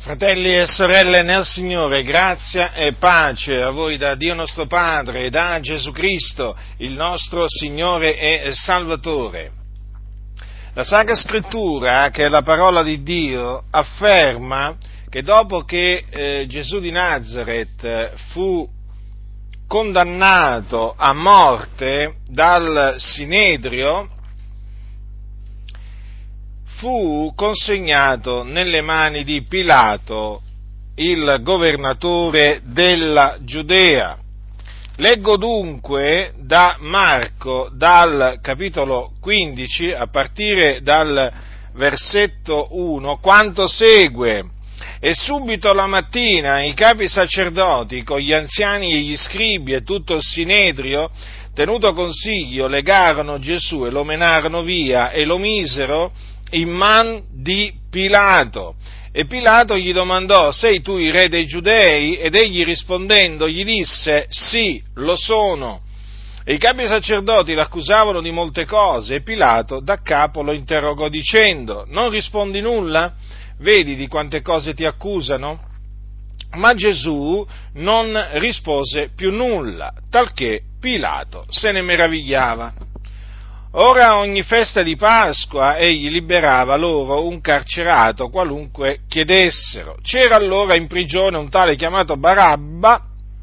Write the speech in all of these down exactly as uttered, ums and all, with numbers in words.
Fratelli e sorelle nel Signore, grazia e pace a voi da Dio nostro Padre e da Gesù Cristo, il nostro Signore e Salvatore. La Sacra Scrittura, che è la parola di Dio, afferma che dopo che eh, Gesù di Nazaret fu condannato a morte dal Sinedrio, fu consegnato nelle mani di Pilato, il governatore della Giudea. Leggo dunque da Marco, dal capitolo quindici, a partire dal versetto uno, quanto segue. E subito la mattina i capi sacerdoti, con gli anziani e gli scribi e tutto il Sinedrio, tenuto consiglio, legarono Gesù e lo menarono via e lo misero in man di Pilato. E Pilato gli domandò: sei tu il re dei Giudei? Ed egli rispondendo gli disse: sì, lo sono. E i capi sacerdoti l'accusavano di molte cose, e Pilato da capo lo interrogò dicendo: non rispondi nulla? Vedi di quante cose ti accusano? Ma Gesù non rispose più nulla, talché Pilato se ne meravigliava. Ora ogni festa di Pasqua egli liberava loro un carcerato qualunque chiedessero. C'era allora in prigione un tale chiamato Barabba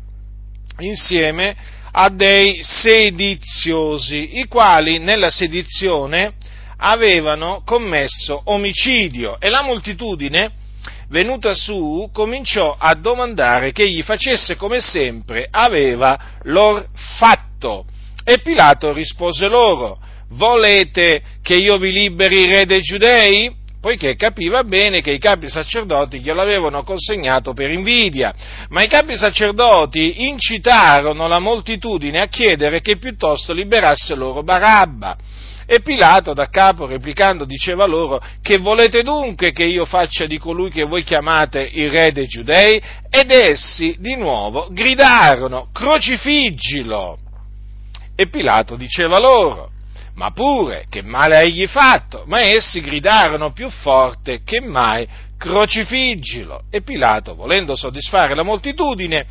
insieme a dei sediziosi, i quali nella sedizione avevano commesso omicidio, e la moltitudine, venuta su, cominciò a domandare che egli facesse come sempre aveva lor fatto. E Pilato rispose loro: volete che io vi liberi il re dei Giudei? Poiché capiva bene che i capi sacerdoti glielo avevano consegnato per invidia. Ma i capi sacerdoti incitarono la moltitudine a chiedere che piuttosto liberasse loro Barabba. E Pilato da capo replicando diceva loro: che volete dunque che io faccia di colui che voi chiamate il re dei Giudei? Ed essi di nuovo gridarono: crocifiggilo! E Pilato diceva loro: ma pure, che male ha egli fatto? Ma essi gridarono più forte che mai: crocifiggilo! E Pilato, volendo soddisfare la moltitudine,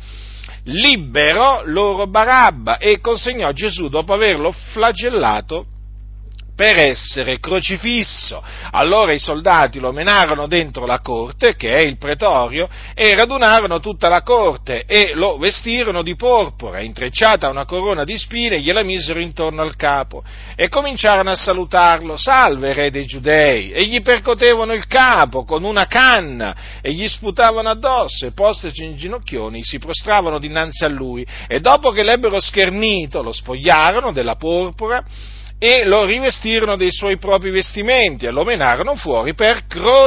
liberò loro Barabba e consegnò Gesù dopo averlo flagellato per essere crocifisso. Allora i soldati lo menarono dentro la corte, che è il pretorio, e radunarono tutta la corte e lo vestirono di porpora, intrecciata una corona di spine, gliela misero intorno al capo e cominciarono a salutarlo: salve re dei Giudei! E gli percotevano il capo con una canna e gli sputavano addosso, e posteci in ginocchioni si prostravano dinanzi a lui, e dopo che l'ebbero schernito lo spogliarono della porpora e lo rivestirono dei suoi propri vestimenti e lo menarono fuori per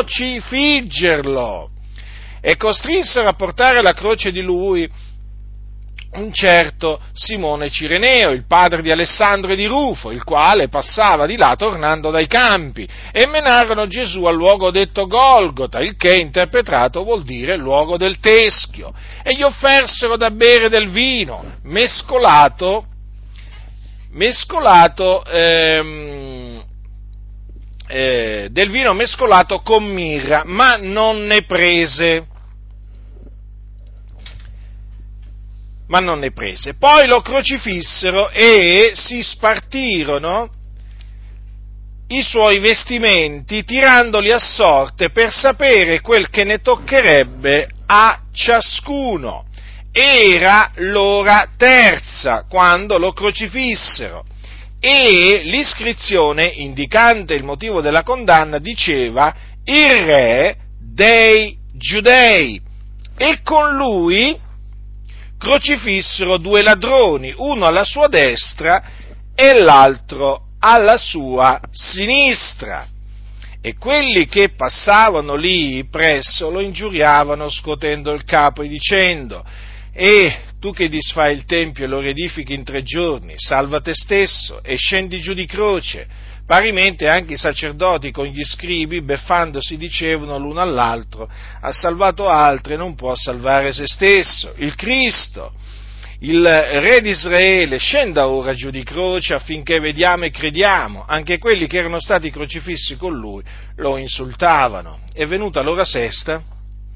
crocifiggerlo. E costrinsero a portare la croce di lui un certo Simone Cireneo, il padre di Alessandro e di Rufo, il quale passava di là tornando dai campi, e menarono Gesù al luogo detto Golgota, il che interpretato vuol dire luogo del teschio, e gli offersero da bere del vino mescolato mescolato ehm, eh, del vino mescolato con mirra, ma non ne prese. Ma non ne prese. Poi lo crocifissero e si spartirono i suoi vestimenti, tirandoli a sorte per sapere quel che ne toccherebbe a ciascuno. Era l'ora terza quando lo crocifissero, e l'iscrizione indicante il motivo della condanna diceva: il re dei Giudei. E con lui crocifissero due ladroni, uno alla sua destra e l'altro alla sua sinistra. E quelli che passavano lì presso lo ingiuriavano scuotendo il capo e dicendo: e tu che disfai il tempio e lo riedifichi in tre giorni, salva te stesso e scendi giù di croce. Parimente anche i sacerdoti con gli scribi, beffandosi, dicevano l'uno all'altro: ha salvato altri e non può salvare se stesso. Il Cristo, il re di Israele, scenda ora giù di croce affinché vediamo e crediamo. Anche quelli che erano stati crocifissi con lui lo insultavano. È venuta l'ora sesta,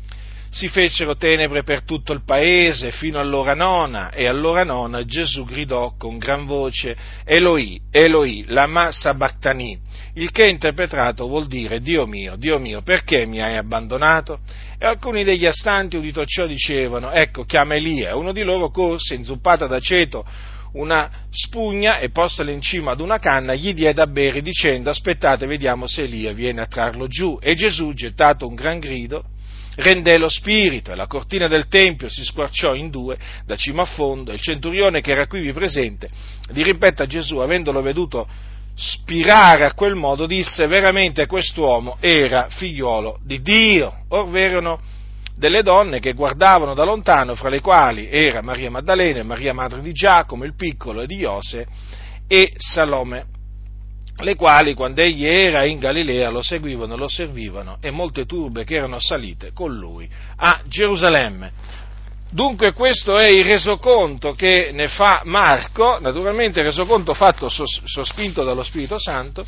si fecero tenebre per tutto il paese fino all'ora nona, e all'ora nona Gesù gridò con gran voce: Eloi, Eloi, lama sabachthani, il che interpretato vuol dire: Dio mio, Dio mio, perché mi hai abbandonato? E alcuni degli astanti, udito ciò, dicevano: ecco, chiama Elia. Uno di loro corse, inzuppata d'aceto una spugna e postala in cima ad una canna, gli diede da bere, dicendo: aspettate, vediamo se Elia viene a trarlo giù. E Gesù, gettato un gran grido, rendè lo spirito, e la cortina del tempio si squarciò in due da cima a fondo. E il centurione, che era quivi presente, dirimpetto a Gesù, avendolo veduto spirare a quel modo, disse: veramente quest'uomo era figliuolo di Dio. Or v'erano delle donne che guardavano da lontano, fra le quali era Maria Maddalena, Maria madre di Giacomo il piccolo e di Iose, e Salome, le quali, quando egli era in Galilea, lo seguivano e lo servivano, e molte turbe che erano salite con lui a Gerusalemme. Dunque questo è il resoconto che ne fa Marco, naturalmente il resoconto fatto sos- sospinto dallo Spirito Santo,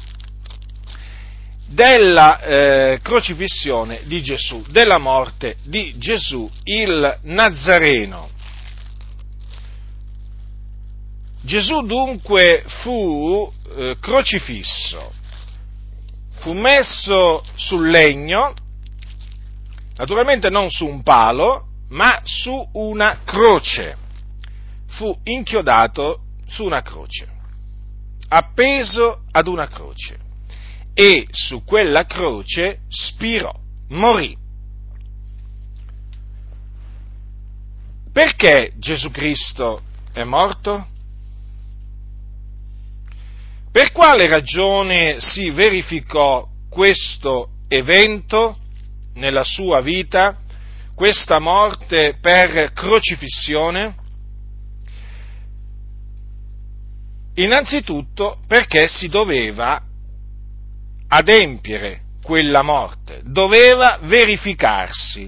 della eh, crocifissione di Gesù, della morte di Gesù il Nazareno. Gesù dunque fu eh, crocifisso, fu messo sul legno, naturalmente non su un palo, ma su una croce, fu inchiodato su una croce, appeso ad una croce, e su quella croce spirò, morì. Perché Gesù Cristo è morto? Per quale ragione si verificò questo evento nella sua vita, questa morte per crocifissione? Innanzitutto perché si doveva adempiere quella morte, doveva verificarsi,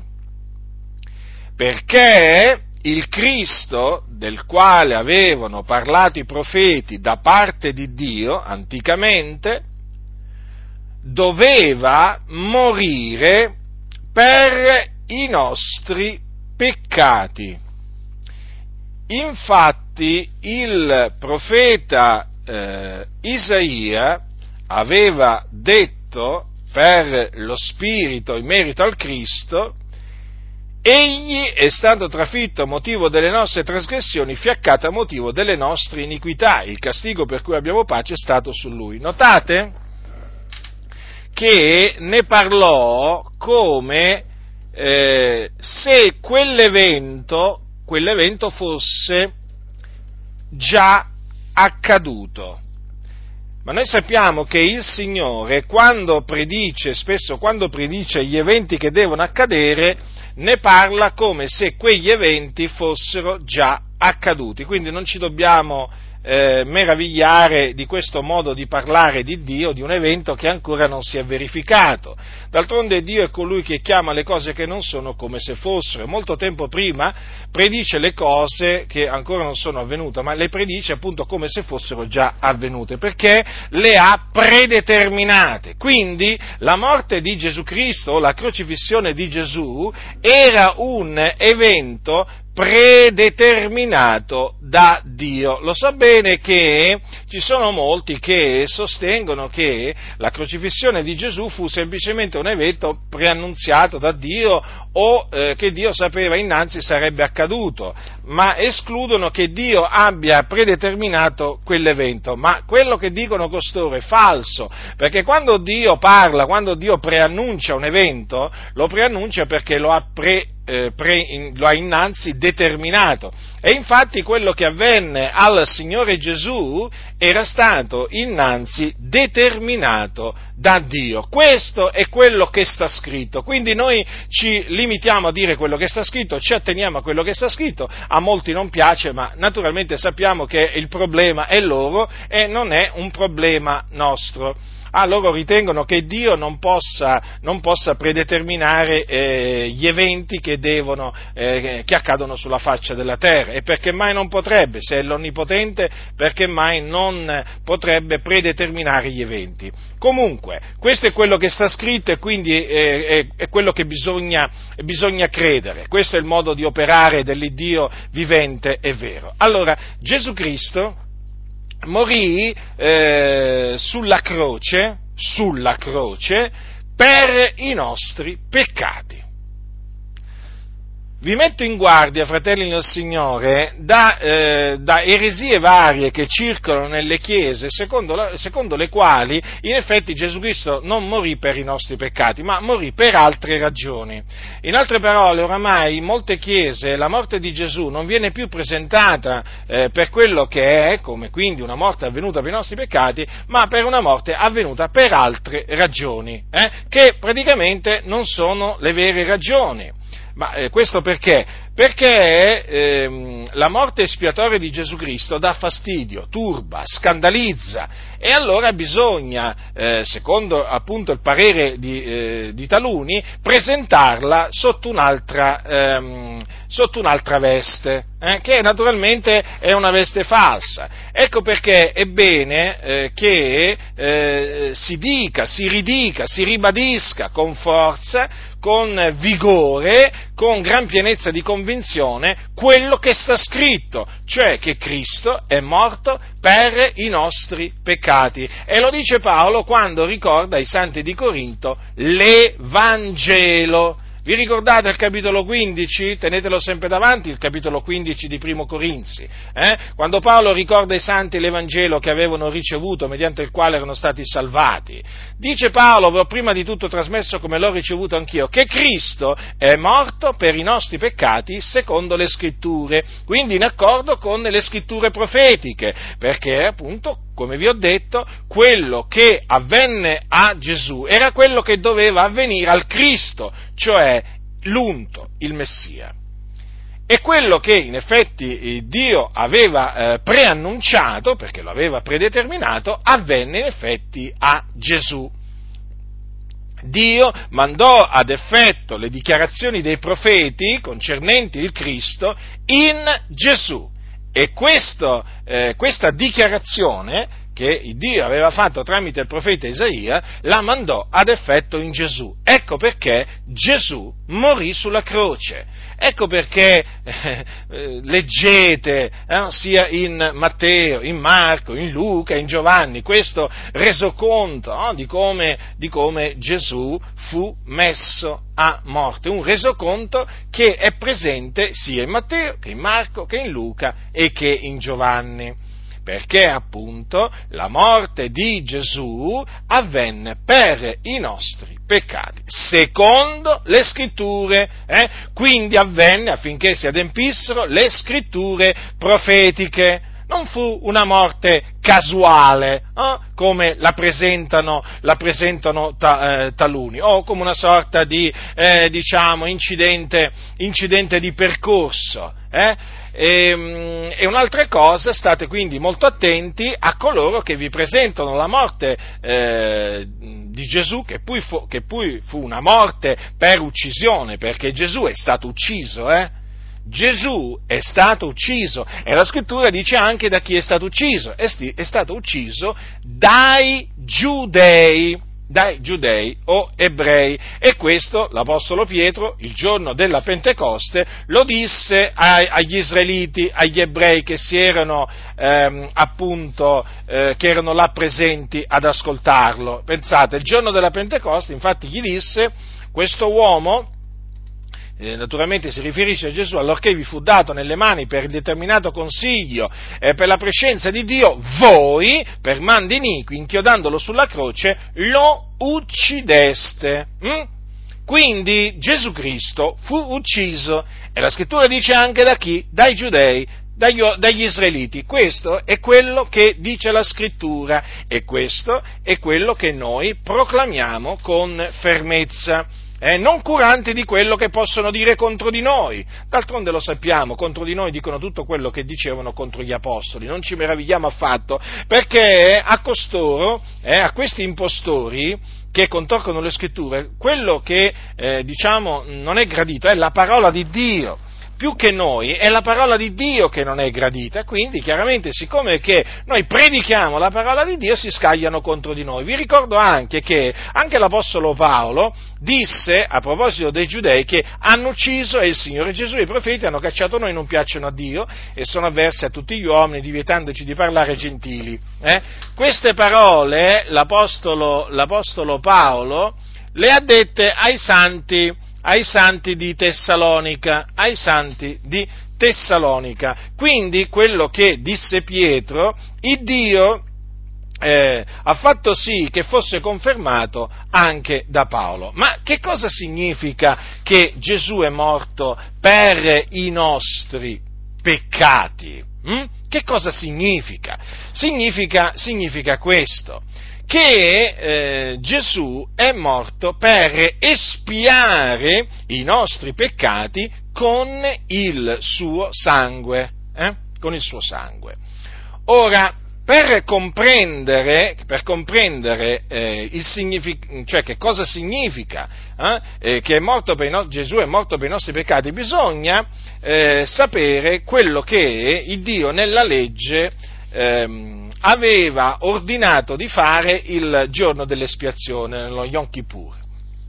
perché il Cristo, del quale avevano parlato i profeti da parte di Dio anticamente, doveva morire per i nostri peccati. Infatti il profeta eh, Isaia aveva detto per lo Spirito in merito al Cristo: egli è stato trafitto a motivo delle nostre trasgressioni, fiaccato a motivo delle nostre iniquità, il castigo per cui abbiamo pace è stato su lui. Notate che ne parlò come eh, se quell'evento, quell'evento fosse già accaduto. Ma noi sappiamo che il Signore, quando predice, spesso quando predice gli eventi che devono accadere, ne parla come se quegli eventi fossero già accaduti. Quindi non ci dobbiamo eh, meravigliare di questo modo di parlare di Dio, di un evento che ancora non si è verificato. D'altronde Dio è colui che chiama le cose che non sono come se fossero. Molto tempo prima predice le cose che ancora non sono avvenute, ma le predice appunto come se fossero già avvenute, perché le ha predeterminate. Quindi la morte di Gesù Cristo, la crocifissione di Gesù, era un evento predeterminato da Dio. Lo so bene che ci sono molti che sostengono che la crocifissione di Gesù fu semplicemente un evento preannunziato da Dio o eh, che Dio sapeva innanzi sarebbe accaduto, ma escludono che Dio abbia predeterminato quell'evento. Ma quello che dicono costoro è falso, perché quando Dio parla, quando Dio preannuncia un evento, lo preannuncia perché lo ha pre Eh, pre, in, lo ha innanzi determinato, e infatti quello che avvenne al Signore Gesù era stato innanzi determinato da Dio. Questo è quello che sta scritto, quindi noi ci limitiamo a dire quello che sta scritto, ci atteniamo a quello che sta scritto. A molti non piace, ma naturalmente sappiamo che il problema è loro e non è un problema nostro. Ah, loro ritengono che Dio non possa, non possa predeterminare eh, gli eventi che devono, eh, che accadono sulla faccia della terra. E perché mai non potrebbe? Se è l'Onnipotente, perché mai non potrebbe predeterminare gli eventi? Comunque, questo è quello che sta scritto e quindi è, è, è quello che bisogna, bisogna credere. Questo è il modo di operare dell'Iddio vivente e vero. Allora, Gesù Cristo morì eh, sulla croce, sulla croce, per i nostri peccati. Vi metto in guardia, fratelli nel Signore, da, eh, da eresie varie che circolano nelle chiese, secondo, la, secondo le quali, in effetti, Gesù Cristo non morì per i nostri peccati, ma morì per altre ragioni. In altre parole, oramai in molte chiese la morte di Gesù non viene più presentata eh, per quello che è, come quindi una morte avvenuta per i nostri peccati, ma per una morte avvenuta per altre ragioni, eh, che praticamente non sono le vere ragioni. Ma eh, questo perché? Perché ehm, la morte espiatoria di Gesù Cristo dà fastidio, turba, scandalizza, e allora bisogna, eh, secondo appunto il parere di, eh, di taluni, presentarla sotto un'altra, ehm, sotto un'altra veste, eh, che naturalmente è una veste falsa. Ecco perché è bene eh, che eh, si dica, si ridica, si ribadisca con forza, con vigore, con gran pienezza di convinzione, quello che sta scritto, cioè che Cristo è morto per i nostri peccati. E lo dice Paolo quando ricorda ai santi di Corinto l'Evangelo. Vi ricordate il capitolo quindici? Tenetelo sempre davanti, il capitolo quindici di Primo Corinzi, eh? Quando Paolo ricorda ai santi l'Evangelo che avevano ricevuto, mediante il quale erano stati salvati. Dice Paolo: vi ho prima di tutto trasmesso come l'ho ricevuto anch'io, che Cristo è morto per i nostri peccati secondo le Scritture, quindi in accordo con le Scritture profetiche, perché appunto, come vi ho detto, quello che avvenne a Gesù era quello che doveva avvenire al Cristo, cioè l'unto, il Messia. E quello che in effetti Dio aveva eh, preannunciato, perché lo aveva predeterminato, avvenne in effetti a Gesù. Dio mandò ad effetto le dichiarazioni dei profeti concernenti il Cristo in Gesù. E questo, eh, questa dichiarazione che Dio aveva fatto tramite il profeta Isaia, la mandò ad effetto in Gesù. Ecco perché Gesù morì sulla croce. Ecco perché eh, leggete eh, sia in Matteo, in Marco, in Luca, in Giovanni, questo resoconto no, di, come, di come Gesù fu messo a morte. Un resoconto che è presente sia in Matteo, che in Marco, che in Luca e che in Giovanni. Perché appunto la morte di Gesù avvenne per i nostri peccati, secondo le Scritture, eh? Quindi avvenne affinché si adempissero le Scritture profetiche. Non fu una morte casuale, eh? come la presentano, la presentano ta, eh, taluni, o come una sorta di, eh, diciamo, incidente, incidente di percorso, eh? E, e un'altra cosa, state quindi molto attenti a coloro che vi presentano la morte eh, di Gesù, che poi, fu, che poi fu una morte per uccisione, perché Gesù è stato ucciso, eh? Gesù è stato ucciso, e la Scrittura dice anche da chi è stato ucciso, è, sti, è stato ucciso dai giudei, dai giudei o ebrei, e questo l'Apostolo Pietro il giorno della Pentecoste lo disse ai, agli israeliti, agli ebrei che si erano ehm, appunto eh, che erano là presenti ad ascoltarlo. Pensate, il giorno della Pentecoste infatti gli disse: questo uomo, Eh, naturalmente si riferisce a Gesù, allorché vi fu dato nelle mani per il determinato consiglio e eh, per la prescenza di Dio, voi, per mandi iniqui, inchiodandolo sulla croce, lo uccideste. Mm? Quindi Gesù Cristo fu ucciso, e la Scrittura dice anche da chi? Dai giudei, dagli, dagli israeliti. Questo è quello che dice la Scrittura, e questo è quello che noi proclamiamo con fermezza. eh, non curanti di quello che possono dire contro di noi. D'altronde lo sappiamo, contro di noi dicono tutto quello che dicevano contro gli apostoli, non ci meravigliamo affatto, perché a costoro, eh, a questi impostori che contorcono le scritture, quello che eh, diciamo non è gradito è la parola di Dio. Più che noi, è la parola di Dio che non è gradita, quindi chiaramente siccome che noi predichiamo la parola di Dio si scagliano contro di noi. Vi ricordo anche che anche l'Apostolo Paolo disse a proposito dei giudei che hanno ucciso e il Signore Gesù e i profeti hanno cacciato noi, non piacciono a Dio e sono avversi a tutti gli uomini, divietandoci di parlare ai gentili. Eh? Queste parole l'Apostolo, l'Apostolo Paolo le ha dette ai santi ai santi di Tessalonica, ai santi di Tessalonica. Quindi quello che disse Pietro, il Dio eh, ha fatto sì che fosse confermato anche da Paolo. Ma che cosa significa che Gesù è morto per i nostri peccati? Hm? Che cosa significa? Significa, significa questo. Che eh, Gesù è morto per espiare i nostri peccati con il suo sangue, eh? con il suo sangue. Ora, per comprendere, per comprendere eh, il signific- cioè che cosa significa eh, eh, che è morto per i no- Gesù è morto per i nostri peccati, bisogna eh, sapere quello che il Dio nella legge ehm, aveva ordinato di fare il giorno dell'espiazione, nello Yom Kippur.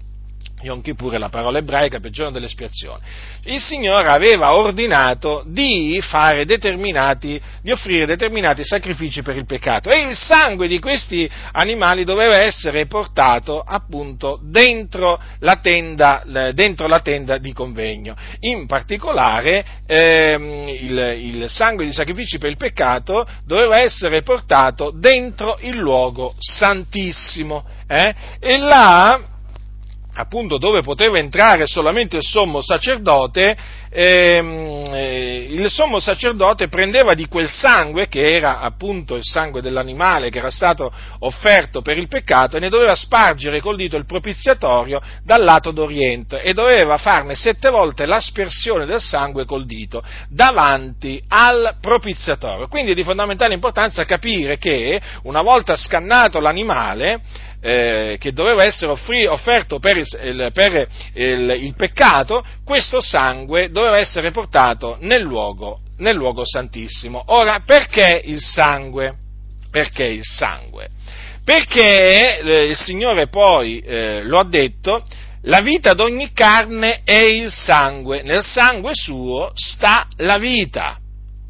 Yom Kippur è la parola ebraica per giorno dell'espiazione. Il Signore aveva ordinato di fare determinati, di offrire determinati sacrifici per il peccato e il sangue di questi animali doveva essere portato appunto dentro la tenda, dentro la tenda di convegno. In particolare ehm, il, il sangue di sacrifici per il peccato doveva essere portato dentro il luogo santissimo eh? e là, appunto dove poteva entrare solamente il sommo sacerdote, ehm, eh, il sommo sacerdote prendeva di quel sangue, che era appunto il sangue dell'animale che era stato offerto per il peccato, e ne doveva spargere col dito il propiziatorio dal lato d'oriente e doveva farne sette volte l'aspersione del sangue col dito davanti al propiziatorio. Quindi è di fondamentale importanza capire che una volta scannato l'animale, Eh, che doveva essere offri, offerto per, il, per il, il peccato, questo sangue doveva essere portato nel luogo, nel luogo santissimo. Ora, perché il sangue? Perché il sangue? Perché eh, il Signore poi eh, lo ha detto: la vita d'ogni carne è il sangue, nel sangue suo sta la vita.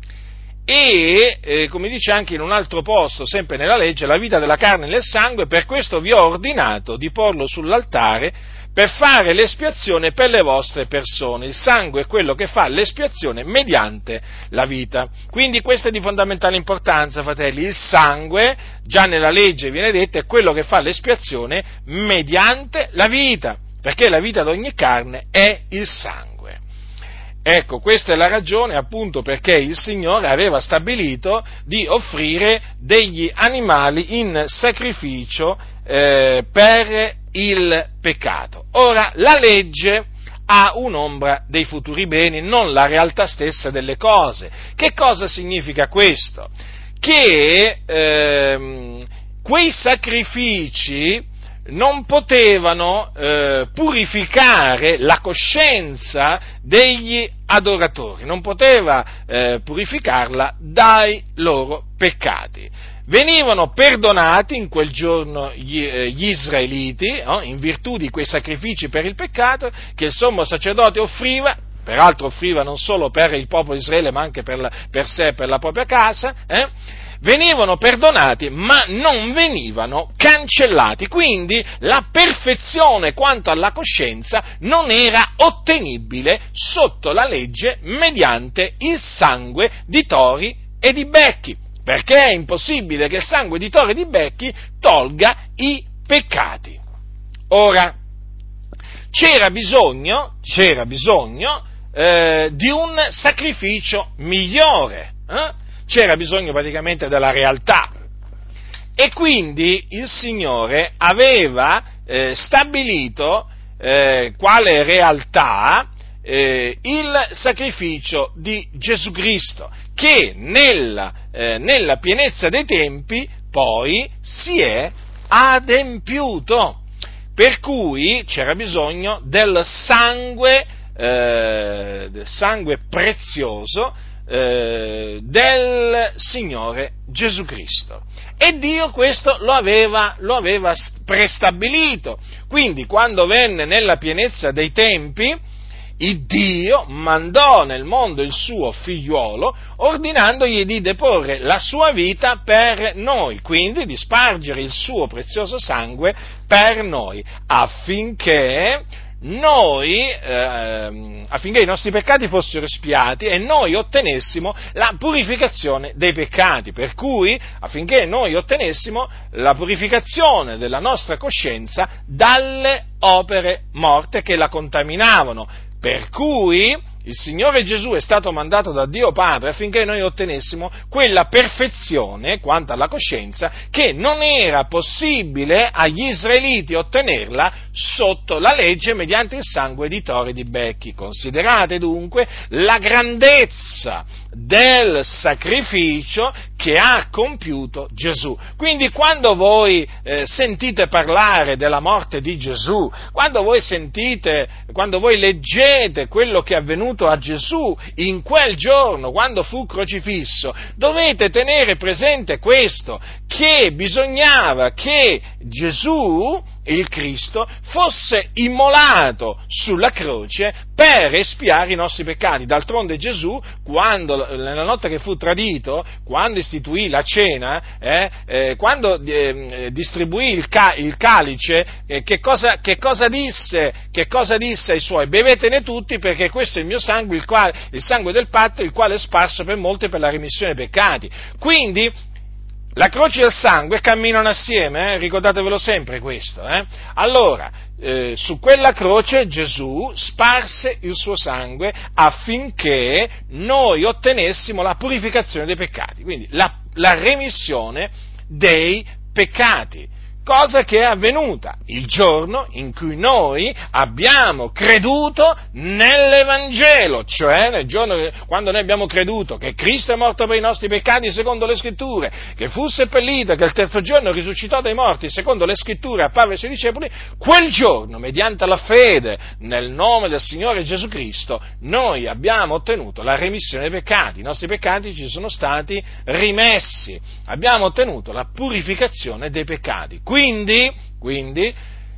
E, eh, come dice anche in un altro posto, sempre nella legge, la vita della carne nel sangue, per questo vi ho ordinato di porlo sull'altare per fare l'espiazione per le vostre persone. Il sangue è quello che fa l'espiazione mediante la vita. Quindi questo è di fondamentale importanza, fratelli. Il sangue, già nella legge viene detto, è quello che fa l'espiazione mediante la vita, perché la vita di ogni carne è il sangue. Ecco, questa è la ragione appunto perché il Signore aveva stabilito di offrire degli animali in sacrificio eh, per il peccato. Ora, la legge ha un'ombra dei futuri beni, non la realtà stessa delle cose. Che cosa significa questo? Che ehm, quei sacrifici non potevano eh, purificare la coscienza degli adoratori, non poteva eh, purificarla dai loro peccati. Venivano perdonati in quel giorno gli, eh, gli israeliti, no? In virtù di quei sacrifici per il peccato che il sommo sacerdote offriva, peraltro offriva non solo per il popolo di Israele ma anche per, la, per sé e per la propria casa, eh? venivano perdonati ma non venivano cancellati, quindi la perfezione quanto alla coscienza non era ottenibile sotto la legge mediante il sangue di tori e di becchi, perché è impossibile che il sangue di tori e di becchi tolga i peccati. Ora, c'era bisogno, c'era bisogno eh, di un sacrificio migliore, eh? C'era bisogno praticamente della realtà e quindi il Signore aveva eh, stabilito eh, quale realtà eh, il sacrificio di Gesù Cristo, che nella, eh, nella pienezza dei tempi poi si è adempiuto, per cui c'era bisogno del sangue, eh, del sangue prezioso eh, del Signore Gesù Cristo. E Dio questo lo aveva, lo aveva prestabilito. Quindi quando venne nella pienezza dei tempi, il Dio mandò nel mondo il suo figliuolo, ordinandogli di deporre la sua vita per noi, quindi di spargere il suo prezioso sangue per noi, affinché noi, eh, affinché i nostri peccati fossero espiati e noi ottenessimo la purificazione dei peccati, per cui affinché noi ottenessimo la purificazione della nostra coscienza dalle opere morte che la contaminavano. Per cui il Signore Gesù è stato mandato da Dio Padre affinché noi ottenessimo quella perfezione quanto alla coscienza che non era possibile agli israeliti ottenerla sotto la legge mediante il sangue di tori e di becchi. Considerate dunque la grandezza del sacrificio che ha compiuto Gesù. Quindi quando voi eh, sentite parlare della morte di Gesù, quando voi sentite, quando voi leggete quello che è avvenuto a Gesù in quel giorno, quando fu crocifisso, dovete tenere presente questo, che bisognava che Gesù, il Cristo, fosse immolato sulla croce per espiare i nostri peccati. D'altronde Gesù, quando, nella notte che fu tradito, quando istituì la cena, eh, eh, quando eh, distribuì il, ca- il calice, eh, che, cosa, che cosa disse? Che cosa disse ai suoi? Bevetene tutti, perché questo è il mio sangue, il, quale, il sangue del patto, il quale è sparso per molti per la remissione dei peccati. Quindi la croce e il sangue camminano assieme, eh? Ricordatevelo sempre questo. Eh? Allora, eh, su quella croce Gesù sparse il suo sangue affinché noi ottenessimo la purificazione dei peccati, quindi la, la remissione dei peccati. Cosa che è avvenuta il giorno in cui noi abbiamo creduto nell'Evangelo, cioè nel giorno quando noi abbiamo creduto che Cristo è morto per i nostri peccati secondo le Scritture, che fu seppellito, che il terzo giorno risuscitò dai morti secondo le Scritture, apparve ai suoi discepoli. Quel giorno, mediante la fede nel nome del Signore Gesù Cristo, noi abbiamo ottenuto la remissione dei peccati, i nostri peccati ci sono stati rimessi, abbiamo ottenuto la purificazione dei peccati. Quindi, quindi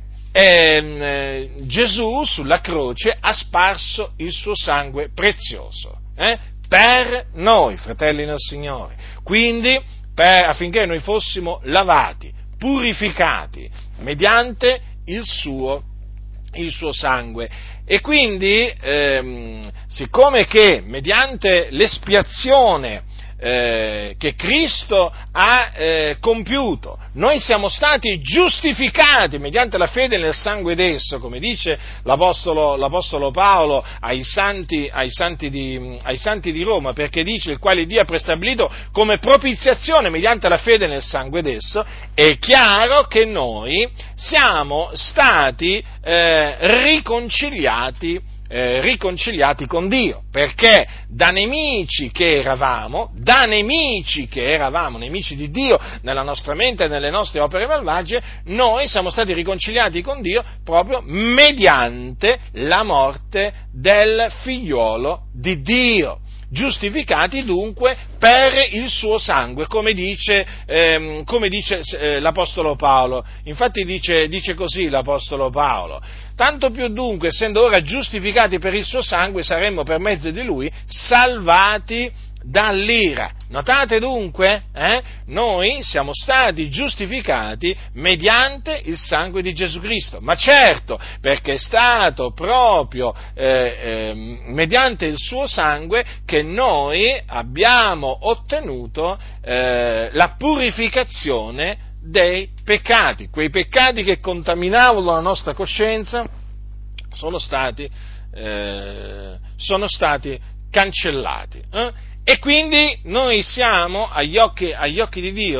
ehm, Gesù sulla croce ha sparso il suo sangue prezioso eh, per noi, fratelli nel Signore, quindi per, affinché noi fossimo lavati, purificati mediante il suo, il suo sangue. E quindi, ehm, siccome che mediante l'espiazione Eh, che Cristo ha eh, compiuto, noi siamo stati giustificati mediante la fede nel sangue d'esso, come dice l'Apostolo, l'Apostolo Paolo ai santi, ai, santi di, ai santi di Roma, perché dice: il quale Dio ha prestabilito come propiziazione mediante la fede nel sangue d'esso. È chiaro che noi siamo stati eh, riconciliati Eh, riconciliati con Dio, perché da nemici che eravamo, da nemici che eravamo, nemici di Dio nella nostra mente e nelle nostre opere malvagie, noi siamo stati riconciliati con Dio proprio mediante la morte del figliuolo di Dio. Giustificati dunque per il suo sangue, come dice, ehm, come dice eh, l'Apostolo Paolo. Infatti dice, dice così l'Apostolo Paolo: tanto più dunque, essendo ora giustificati per il suo sangue, saremmo per mezzo di lui salvati dall'ira. Notate dunque, eh, noi siamo stati giustificati mediante il sangue di Gesù Cristo, ma certo, perché è stato proprio eh, eh, mediante il suo sangue che noi abbiamo ottenuto eh, la purificazione dei peccati. Quei peccati che contaminavano la nostra coscienza sono stati, eh, sono stati cancellati. Eh? E quindi noi siamo, agli occhi, agli occhi di Dio,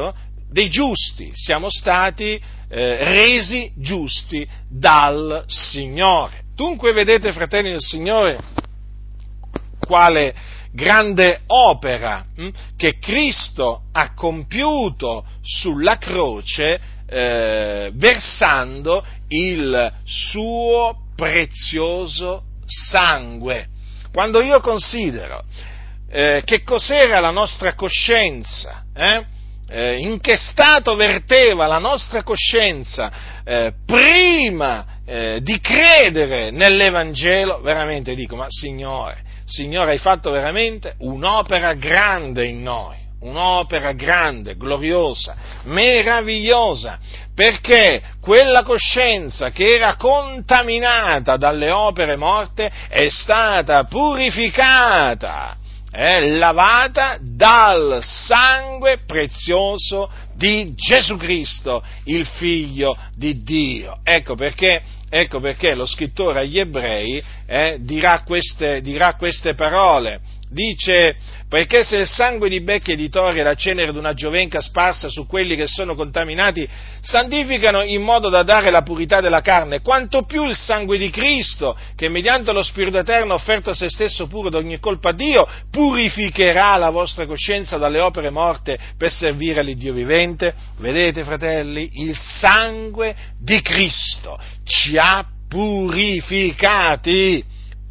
dei giusti, siamo stati eh, resi giusti dal Signore. Dunque vedete, fratelli del Signore, quale grande opera hm, che Cristo ha compiuto sulla croce eh, versando il suo prezioso sangue. Quando io considero eh, che cos'era la nostra coscienza, eh, eh, in che stato verteva la nostra coscienza eh, prima eh, di credere nell'Evangelo, veramente dico, ma Signore, Signore, hai fatto veramente un'opera grande in noi, un'opera grande, gloriosa, meravigliosa, perché quella coscienza che era contaminata dalle opere morte è stata purificata, è lavata dal sangue prezioso di Gesù Cristo, il Figlio di Dio. Ecco perché Ecco perché lo scrittore agli Ebrei eh, dirà, queste, dirà queste parole, dice, perché se il sangue di becchi e di tori e la cenere d'una giovenca sparsa su quelli che sono contaminati santificano in modo da dare la purità della carne, quanto più il sangue di Cristo, che mediante lo Spirito Eterno ha offerto a se stesso puro d'ogni colpa a Dio, purificherà la vostra coscienza dalle opere morte per servire all'Iddio vivente. Vedete, fratelli, il sangue di Cristo ci ha purificati,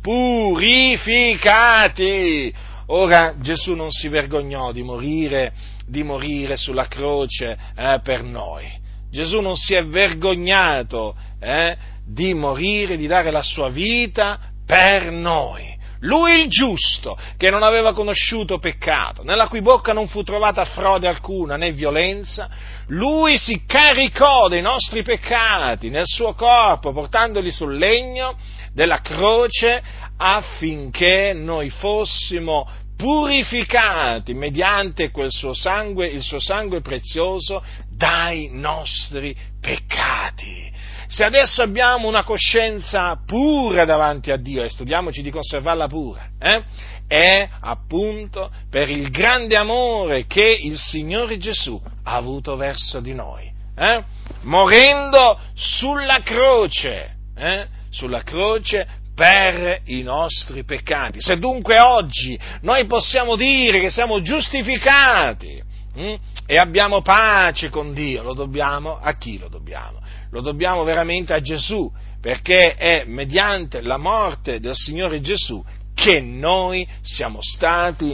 purificati. Ora Gesù non si vergognò di morire, di morire sulla croce eh, per noi. Gesù non si è vergognato eh, di morire, di dare la sua vita per noi. Lui il giusto, che non aveva conosciuto peccato, nella cui bocca non fu trovata frode alcuna né violenza, lui si caricò dei nostri peccati nel suo corpo, portandoli sul legno della croce, affinché noi fossimo purificati mediante quel suo sangue, il suo sangue prezioso, dai nostri peccati. Se adesso abbiamo una coscienza pura davanti a Dio, e studiamoci di conservarla pura, eh, è appunto per il grande amore che il Signore Gesù ha avuto verso di noi, eh, morendo sulla croce, eh, sulla croce per i nostri peccati. Se dunque oggi noi possiamo dire che siamo giustificati hm, e abbiamo pace con Dio, lo dobbiamo a chi lo dobbiamo? Lo dobbiamo veramente a Gesù, perché è mediante la morte del Signore Gesù che noi siamo stati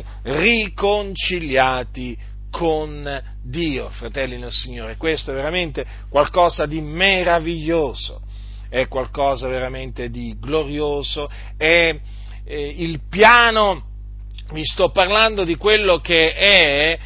riconciliati con Dio, fratelli nel Signore. Questo è veramente qualcosa di meraviglioso, è qualcosa veramente di glorioso, è, è il piano. Vi sto parlando di quello che è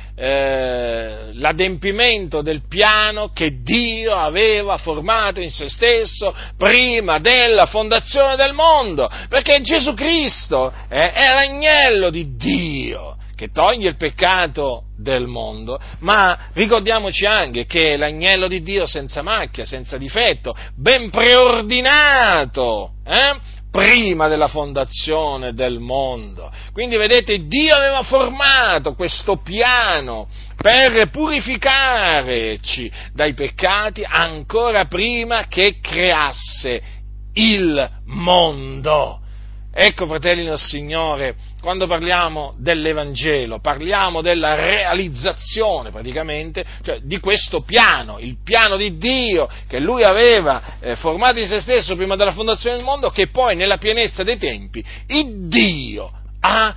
eh, l'adempimento del piano che Dio aveva formato in se stesso prima della fondazione del mondo, perché Gesù Cristo eh, è l'agnello di Dio che toglie il peccato del mondo, ma ricordiamoci anche che è l'agnello di Dio senza macchia, senza difetto, ben preordinato, eh? prima della fondazione del mondo. Quindi vedete, Dio aveva formato questo piano per purificarci dai peccati ancora prima che creasse il mondo. Ecco, fratelli del Signore, quando parliamo dell'Evangelo, parliamo della realizzazione praticamente, cioè di questo piano, il piano di Dio che Lui aveva eh, formato in se stesso prima della fondazione del mondo, che poi nella pienezza dei tempi il Dio ha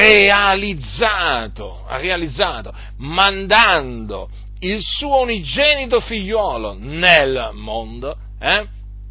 realizzato, ha realizzato, mandando il suo unigenito figliolo nel mondo, eh,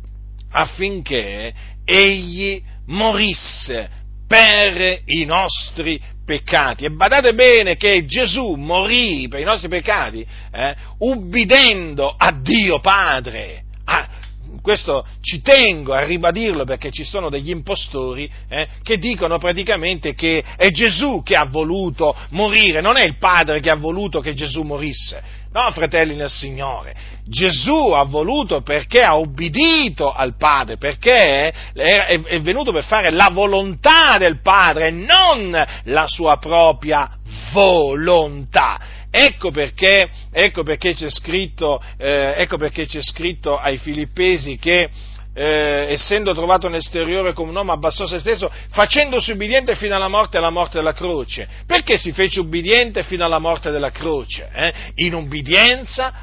affinché Egli morisse per i nostri peccati. E badate bene che Gesù morì per i nostri peccati eh, ubbidendo a Dio Padre. Ah, questo ci tengo a ribadirlo, perché ci sono degli impostori eh, che dicono praticamente che è Gesù che ha voluto morire, non è il Padre che ha voluto che Gesù morisse. No, fratelli nel Signore, Gesù ha voluto perché ha ubbidito al Padre, perché è venuto per fare la volontà del Padre e non la sua propria volontà. Ecco perché, ecco perché c'è scritto, eh, ecco perché c'è scritto ai Filippesi che Eh, essendo trovato nell'esteriore come un uomo, abbassò se stesso, facendosi ubbidiente fino alla morte e alla morte della croce. Perché si fece ubbidiente fino alla morte della croce? Eh? In ubbidienza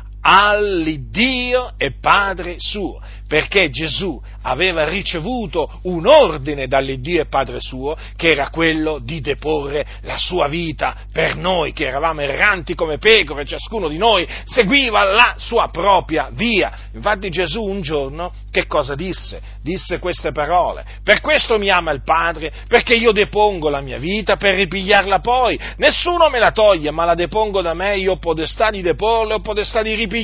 all'Iddio e Padre suo, perché Gesù aveva ricevuto un ordine dall'Iddio e Padre suo, che era quello di deporre la sua vita per noi, che eravamo erranti come pecore, ciascuno di noi seguiva la sua propria via. Infatti Gesù un giorno che cosa disse? Disse queste parole: per questo mi ama il Padre, perché io depongo la mia vita per ripigliarla poi, nessuno me la toglie, ma la depongo da me, io ho potestà di deporla, ho potestà di ripigliarla.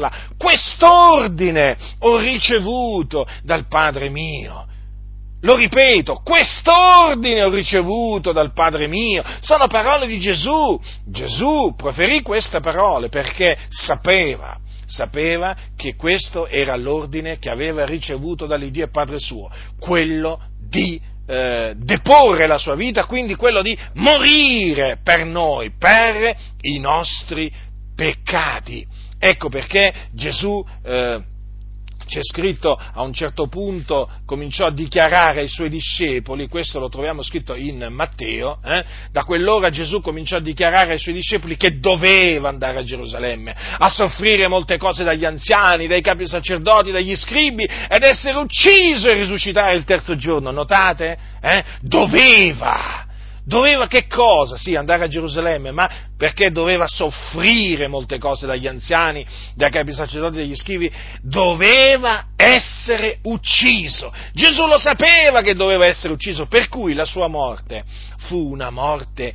Quest'ordine ho ricevuto dal Padre mio. Lo ripeto, quest'ordine ho ricevuto dal Padre mio. Sono parole di Gesù. Gesù proferì queste parole perché sapeva, sapeva che questo era l'ordine che aveva ricevuto dall'Iddio e Padre suo, quello di eh, deporre la sua vita, quindi quello di morire per noi, per i nostri peccati. Ecco perché Gesù, eh, c'è scritto, a un certo punto cominciò a dichiarare ai suoi discepoli, questo lo troviamo scritto in Matteo, eh, da quell'ora Gesù cominciò a dichiarare ai suoi discepoli che doveva andare a Gerusalemme, a soffrire molte cose dagli anziani, dai capi sacerdoti, dagli scribi, ed essere ucciso e risuscitare il terzo giorno. Notate? Eh? Doveva! Doveva che cosa? Sì, andare a Gerusalemme, ma perché doveva soffrire molte cose dagli anziani, dai capi sacerdoti, dagli scrivi, doveva essere ucciso. Gesù lo sapeva che doveva essere ucciso, per cui la sua morte fu una morte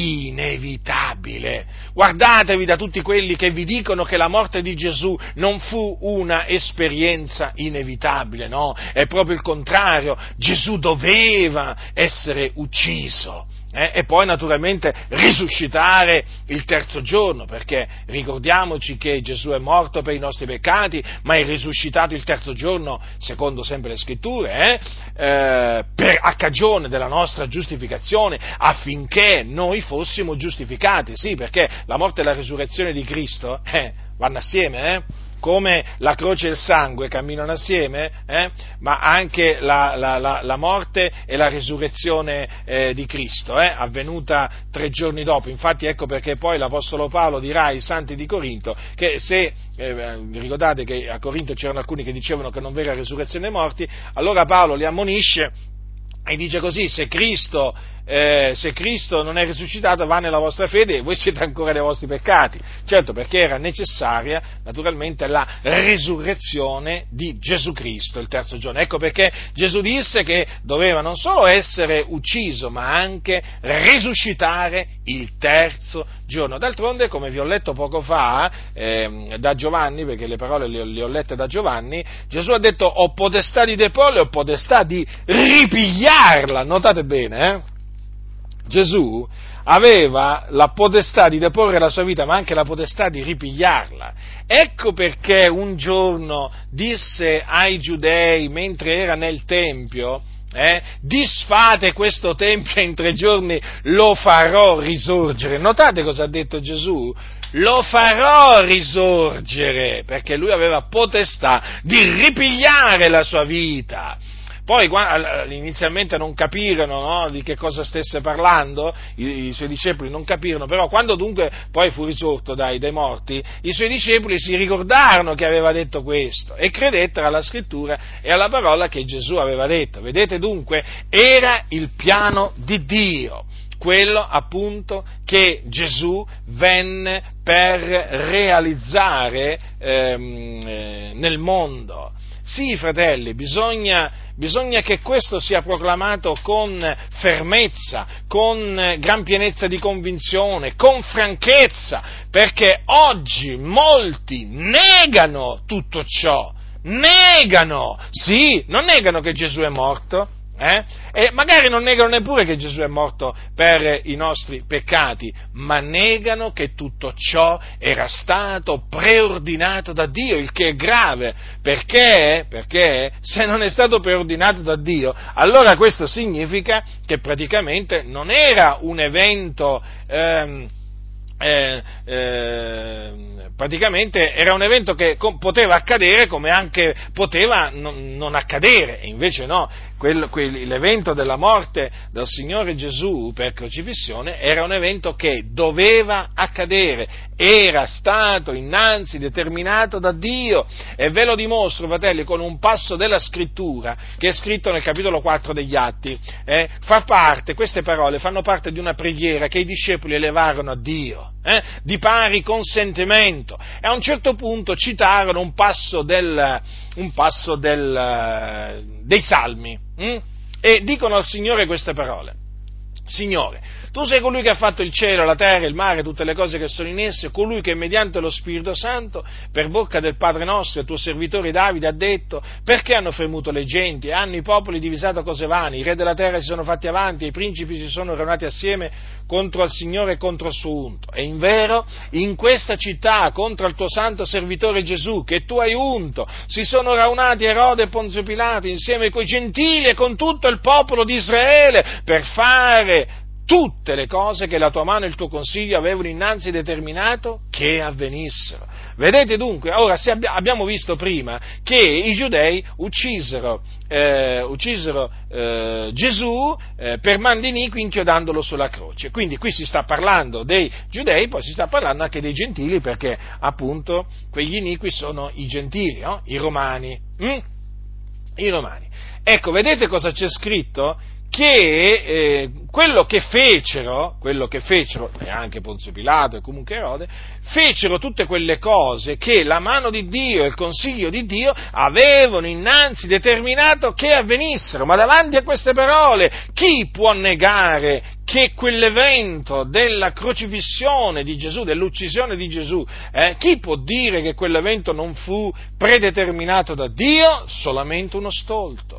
inevitabile. Guardatevi da tutti quelli che vi dicono che la morte di Gesù non fu una esperienza inevitabile, no? È proprio il contrario, Gesù doveva essere ucciso. Eh, e poi naturalmente risuscitare il terzo giorno, perché ricordiamoci che Gesù è morto per i nostri peccati, ma è risuscitato il terzo giorno, secondo sempre le scritture, eh, eh, per, a cagione della nostra giustificazione, affinché noi fossimo giustificati, sì, perché la morte e la risurrezione di Cristo eh, vanno assieme, eh? Come la croce e il sangue camminano assieme, eh? ma anche la, la, la, la morte e la risurrezione eh, di Cristo, eh? avvenuta tre giorni dopo. Infatti ecco perché poi l'Apostolo Paolo dirà ai santi di Corinto che se, eh, vi ricordate che a Corinto c'erano alcuni che dicevano che non v'era risurrezione dei morti, allora Paolo li ammonisce e dice così: se Cristo, eh, se Cristo non è risuscitato, va nella vostra fede e voi siete ancora nei vostri peccati. Certo, perché era necessaria naturalmente la risurrezione di Gesù Cristo il terzo giorno. Ecco perché Gesù disse che doveva non solo essere ucciso, ma anche risuscitare il terzo giorno. D'altronde, come vi ho letto poco fa eh, da Giovanni, perché le parole le, le ho lette da Giovanni, Gesù ha detto: ho potestà di deporla e ho potestà di ripigliarla. Notate bene, eh? Gesù aveva la potestà di deporre la sua vita, ma anche la potestà di ripigliarla. Ecco perché un giorno disse ai giudei, mentre era nel Tempio, eh, disfate questo Tempio e in tre giorni lo farò risorgere. Notate cosa ha detto Gesù? Lo farò risorgere, perché lui aveva potestà di ripigliare la sua vita. Poi inizialmente non capirono, no, di che cosa stesse parlando, i, i suoi discepoli non capirono, però quando dunque poi fu risorto dai, dai morti, i suoi discepoli si ricordarono che aveva detto questo e credettero alla scrittura e alla parola che Gesù aveva detto. Vedete dunque, era il piano di Dio, quello appunto che Gesù venne per realizzare ehm, eh, nel mondo. Sì, fratelli, bisogna, bisogna che questo sia proclamato con fermezza, con gran pienezza di convinzione, con franchezza, perché oggi molti negano tutto ciò, negano, sì, non negano che Gesù è morto, Eh? E magari non negano neppure che Gesù è morto per i nostri peccati, ma negano che tutto ciò era stato preordinato da Dio, il che è grave, perché, perché se non è stato preordinato da Dio, allora questo significa che praticamente non era un evento ehm, Eh, eh, praticamente era un evento che com- poteva accadere come anche poteva non, non accadere, e invece no, quel, quel, l'evento della morte del Signore Gesù per crocifissione era un evento che doveva accadere, era stato innanzi determinato da Dio, e ve lo dimostro, fratelli, con un passo della Scrittura che è scritto nel capitolo quattro degli Atti. Eh, fa parte, queste parole fanno parte di una preghiera che i discepoli elevarono a Dio. Eh, di pari consentimento, e a un certo punto citarono un passo del, un passo del, dei Salmi, hm? E dicono al Signore queste parole: Signore, tu sei colui che ha fatto il cielo, la terra, il mare, tutte le cose che sono in esse, colui che mediante lo Spirito Santo, per bocca del Padre nostro, il tuo servitore Davide, ha detto: perché hanno fremuto le genti, hanno i popoli divisato cose vane, i re della terra si sono fatti avanti, e i principi si sono riunati assieme contro il Signore e contro il suo unto. E invero, in questa città, contro il tuo santo servitore Gesù, che tu hai unto, si sono raunati Erode e Ponzio Pilato, insieme coi gentili e con tutto il popolo di Israele, per fare tutte le cose che la tua mano e il tuo consiglio avevano innanzi determinato che avvenissero. Vedete dunque, ora se abbi- abbiamo visto prima che i giudei uccisero, eh, uccisero eh, Gesù eh, per mandi iniqui inchiodandolo sulla croce. Quindi qui si sta parlando dei giudei, poi si sta parlando anche dei gentili, perché appunto quegli iniqui sono i gentili, no? I romani. Mm? I romani. Ecco, vedete cosa c'è scritto? Che eh, quello che fecero, quello che fecero, e anche Ponzio Pilato e comunque Erode, fecero tutte quelle cose che la mano di Dio e il consiglio di Dio avevano innanzi determinato che avvenissero. Ma davanti a queste parole, chi può negare che quell'evento della crocifissione di Gesù, dell'uccisione di Gesù, eh, chi può dire che quell'evento non fu predeterminato da Dio? Solamente uno stolto.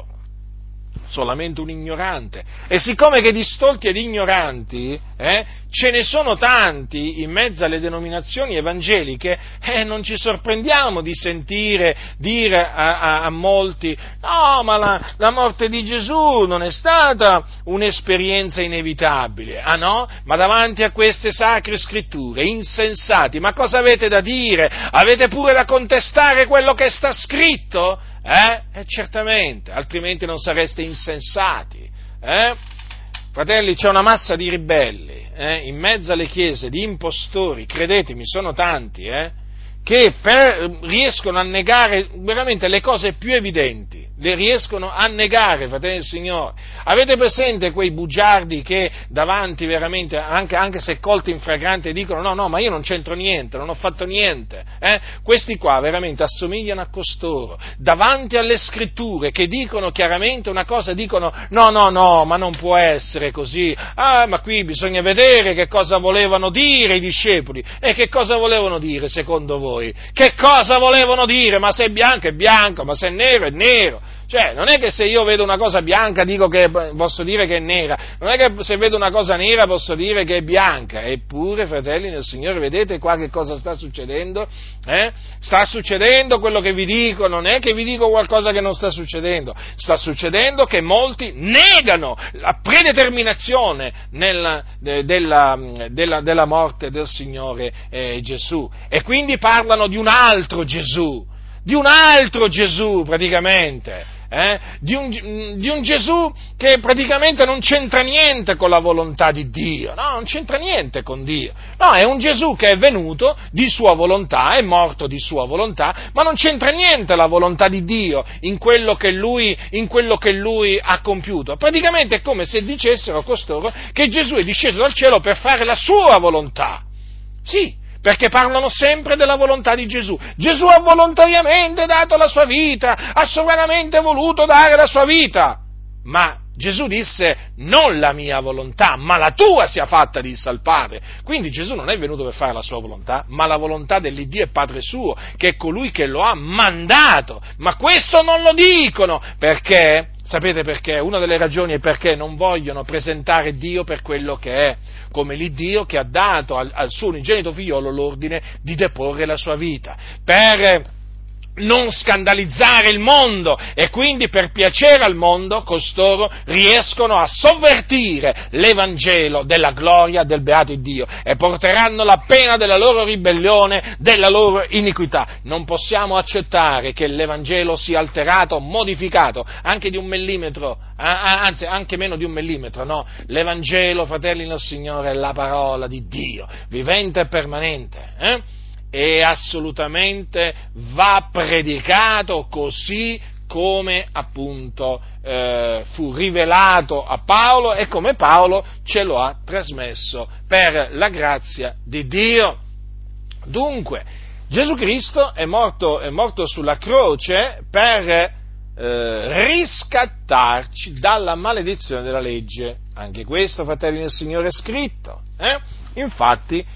Solamente un ignorante. E siccome che di stolti ed ignoranti eh, ce ne sono tanti in mezzo alle denominazioni evangeliche, eh, non ci sorprendiamo di sentire dire a, a, a molti: no, ma la, la morte di Gesù non è stata un'esperienza inevitabile. Ah no? Ma davanti a queste sacre scritture, insensati, ma cosa avete da dire? Avete pure da contestare quello che sta scritto? Eh? Eh, certamente, altrimenti non sareste insensati. Eh? Fratelli, c'è una massa di ribelli eh? in mezzo alle chiese, di impostori, credetemi, sono tanti, eh? che per, riescono a negare veramente le cose più evidenti, le riescono a negare, fratelli del Signore. Avete presente quei bugiardi che davanti veramente, anche, anche se colti in flagrante, dicono: no, no, ma io non c'entro niente, non ho fatto niente. Eh? Questi qua veramente assomigliano a costoro, davanti alle scritture che dicono chiaramente una cosa, dicono: no, no, no, ma non può essere così, ah, ma qui bisogna vedere che cosa volevano dire i discepoli. E che cosa volevano dire secondo voi? Che cosa volevano dire? Ma se è bianco è bianco, ma se è nero è nero. Cioè, non è che se io vedo una cosa bianca dico che posso dire che è nera, non è che se vedo una cosa nera posso dire che è bianca. Eppure, fratelli nel Signore, vedete qua che cosa sta succedendo? Eh? Sta succedendo quello che vi dico, non è che vi dico qualcosa che non sta succedendo, sta succedendo che molti negano la predeterminazione nella, de, della, della, della morte del Signore eh, Gesù, e quindi parlano di un altro Gesù, di un altro Gesù praticamente. Eh? Di, un, di un Gesù che praticamente non c'entra niente con la volontà di Dio, no, non c'entra niente con Dio, no, è un Gesù che è venuto di sua volontà, è morto di sua volontà, ma non c'entra niente la volontà di Dio in quello che lui, in quello che lui ha compiuto. Praticamente è come se dicessero costoro che Gesù è disceso dal cielo per fare la sua volontà. Sì, perché parlano sempre della volontà di Gesù. Gesù ha volontariamente dato la sua vita, ha sovranamente voluto dare la sua vita, ma Gesù disse: non la mia volontà, ma la tua sia fatta, disse al Padre. Quindi Gesù non è venuto per fare la sua volontà, ma la volontà dell'Iddio e Padre suo, che è colui che lo ha mandato. Ma questo non lo dicono, perché, sapete perché? Una delle ragioni è perché non vogliono presentare Dio per quello che è, come l'Iddio che ha dato al, al suo unigenito figliolo l'ordine di deporre la sua vita. Per non scandalizzare il mondo, e quindi per piacere al mondo costoro riescono a sovvertire l'Evangelo della gloria del beato Dio e porteranno la pena della loro ribellione, della loro iniquità. Non possiamo accettare che l'Evangelo sia alterato, modificato, anche di un millimetro, anzi anche meno di un millimetro, no? L'Evangelo, fratelli nel Signore, è la parola di Dio, vivente e permanente, eh? E assolutamente va predicato così come appunto eh, fu rivelato a Paolo e come Paolo ce lo ha trasmesso per la grazia di Dio. Dunque, Gesù Cristo è morto, è morto sulla croce per eh, riscattarci dalla maledizione della legge. Anche questo, fratelli del Signore, è scritto. Eh? Infatti,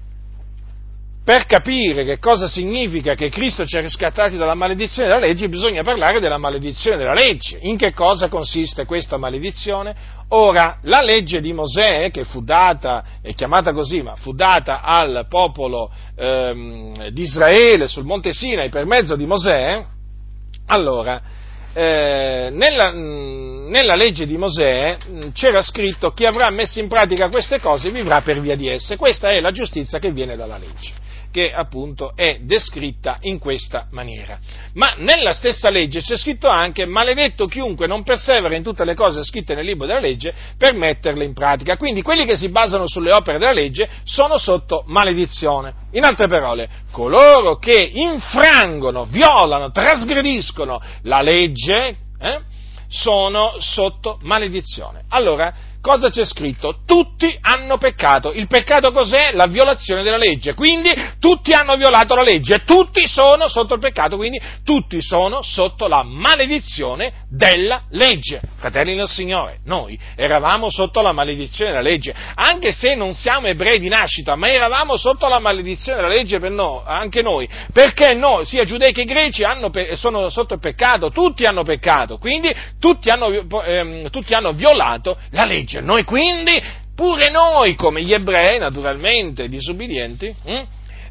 per capire che cosa significa che Cristo ci ha riscattati dalla maledizione della legge, bisogna parlare della maledizione della legge. In che cosa consiste questa maledizione? Ora, la legge di Mosè, che fu data, è chiamata così, ma fu data al popolo ehm, di Israele sul Monte Sinai per mezzo di Mosè, allora, eh, nella, nella legge di Mosè c'era scritto: chi avrà messo in pratica queste cose vivrà per via di esse. Questa è la giustizia che viene dalla legge, che appunto è descritta in questa maniera. Ma nella stessa legge c'è scritto anche: maledetto chiunque non persevera in tutte le cose scritte nel libro della legge per metterle in pratica. Quindi quelli che si basano sulle opere della legge sono sotto maledizione. In altre parole, coloro che infrangono, violano, trasgrediscono la legge eh, sono sotto maledizione. Allora, cosa c'è scritto? Tutti hanno peccato. Il peccato cos'è? La violazione della legge. Quindi tutti hanno violato la legge, tutti sono sotto il peccato, quindi tutti sono sotto la maledizione della legge. Fratelli del Signore, noi eravamo sotto la maledizione della legge, anche se non siamo ebrei di nascita, ma eravamo sotto la maledizione della legge per noi, anche noi, perché noi, sia giudei che greci, hanno, sono sotto il peccato, tutti hanno peccato, quindi tutti hanno, ehm, tutti hanno violato la legge. Noi quindi, pure noi, come gli ebrei, naturalmente disubbidienti, hm,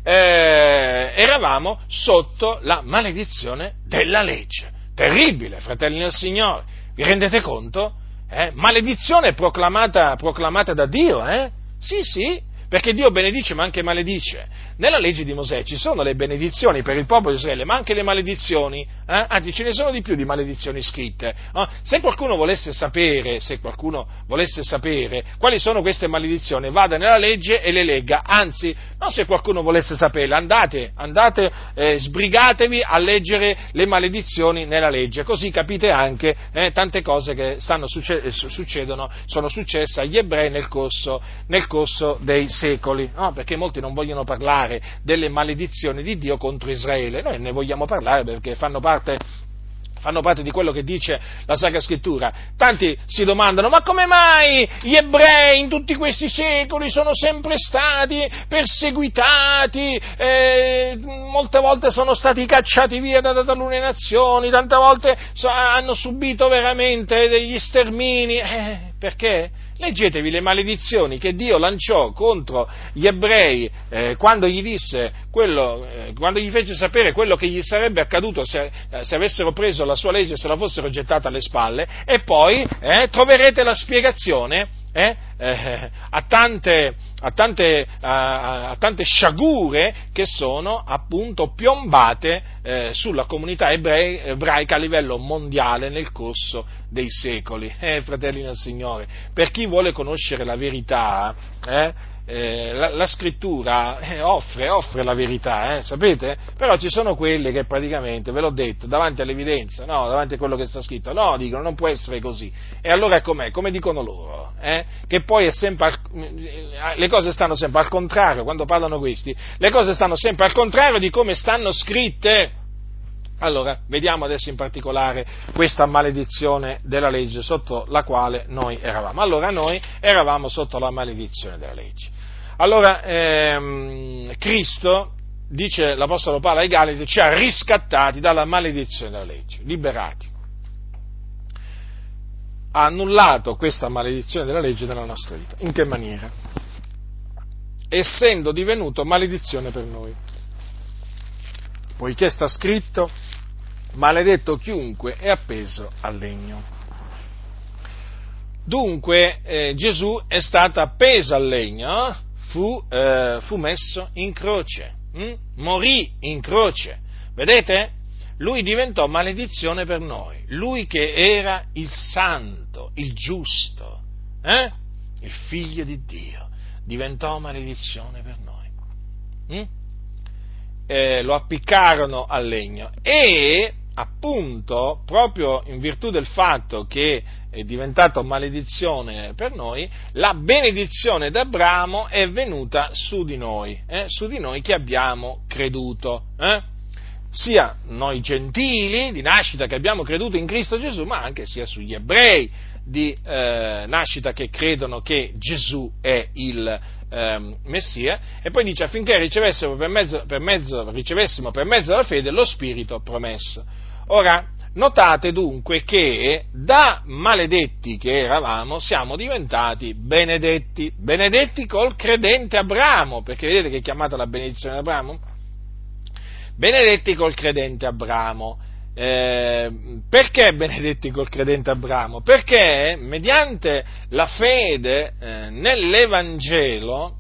eh, eravamo sotto la maledizione della legge. Terribile, fratelli del Signore, vi rendete conto? Eh? Maledizione proclamata, proclamata da Dio, eh? Sì, sì, perché Dio benedice ma anche maledice. Nella legge di Mosè ci sono le benedizioni per il popolo di Israele, ma anche le maledizioni, eh? Anzi ce ne sono di più di maledizioni scritte. Eh? Se qualcuno volesse sapere, se qualcuno volesse sapere quali sono queste maledizioni, vada nella legge e le legga, anzi, non se qualcuno volesse saperle, andate, andate, eh, sbrigatevi a leggere le maledizioni nella legge, così capite anche eh, tante cose che stanno succe- succedono, sono successe agli ebrei nel corso, nel corso dei secoli, no? Perché molti non vogliono parlare delle maledizioni di Dio contro Israele. Noi ne vogliamo parlare perché fanno parte, fanno parte di quello che dice la Sacra Scrittura. Tanti si domandano: ma come mai gli ebrei in tutti questi secoli sono sempre stati perseguitati, eh, molte volte sono stati cacciati via da talune nazioni, tante volte so, hanno subito veramente degli stermini? Eh, perché? Leggetevi le maledizioni che Dio lanciò contro gli ebrei eh, quando gli disse quello, eh, quando gli fece sapere quello che gli sarebbe accaduto se, eh, se avessero preso la sua legge e se la fossero gettata alle spalle, e poi eh, troverete la spiegazione Eh, eh, a, tante, a, tante, a, a tante sciagure che sono appunto piombate eh, sulla comunità ebrei, ebraica a livello mondiale nel corso dei secoli. Eh, fratelli nel Signore, per chi vuole conoscere la verità, eh, eh, la, la scrittura eh, offre, offre la verità, eh, sapete? Però ci sono quelli che praticamente, ve l'ho detto, davanti all'evidenza, no, davanti a quello che sta scritto, no, dicono non può essere così. E allora com'è? Come dicono loro? Eh? Che poi è sempre al, le cose stanno sempre al contrario, quando parlano questi, le cose stanno sempre al contrario di come stanno scritte. Allora, vediamo adesso in particolare questa maledizione della legge sotto la quale noi eravamo. Allora, noi eravamo sotto la maledizione della legge. Allora, ehm, Cristo, dice l'Apostolo Paolo ai Galati, ci ha riscattati dalla maledizione della legge, liberati. Ha annullato questa maledizione della legge nella nostra vita. In che maniera? Essendo divenuto maledizione per noi. poiché sta scritto: maledetto chiunque è appeso al legno. Dunque eh, Gesù è stato appeso al legno, eh? fu, eh, fu messo in croce, hm? morì in croce. Vedete? Lui diventò maledizione per noi, lui che era il santo, il giusto, eh? il figlio di Dio, diventò maledizione per noi. Hm? Eh, lo appiccarono al legno e appunto proprio in virtù del fatto che è diventato maledizione per noi, la benedizione d'Abramo è venuta su di noi, eh? su di noi che abbiamo creduto, eh? sia noi gentili di nascita che abbiamo creduto in Cristo Gesù, ma anche sia sugli ebrei di eh, nascita che credono che Gesù è il eh, Messia, e poi dice affinché ricevessimo per mezzo, per mezzo, ricevessimo per mezzo della fede lo Spirito promesso. Ora, notate dunque che da maledetti che eravamo siamo diventati benedetti, benedetti col credente Abramo, perché vedete che è chiamata la benedizione di Abramo? Benedetti col credente Abramo. Eh, perché benedetti col credente Abramo? Perché mediante la fede eh, nell'Evangelo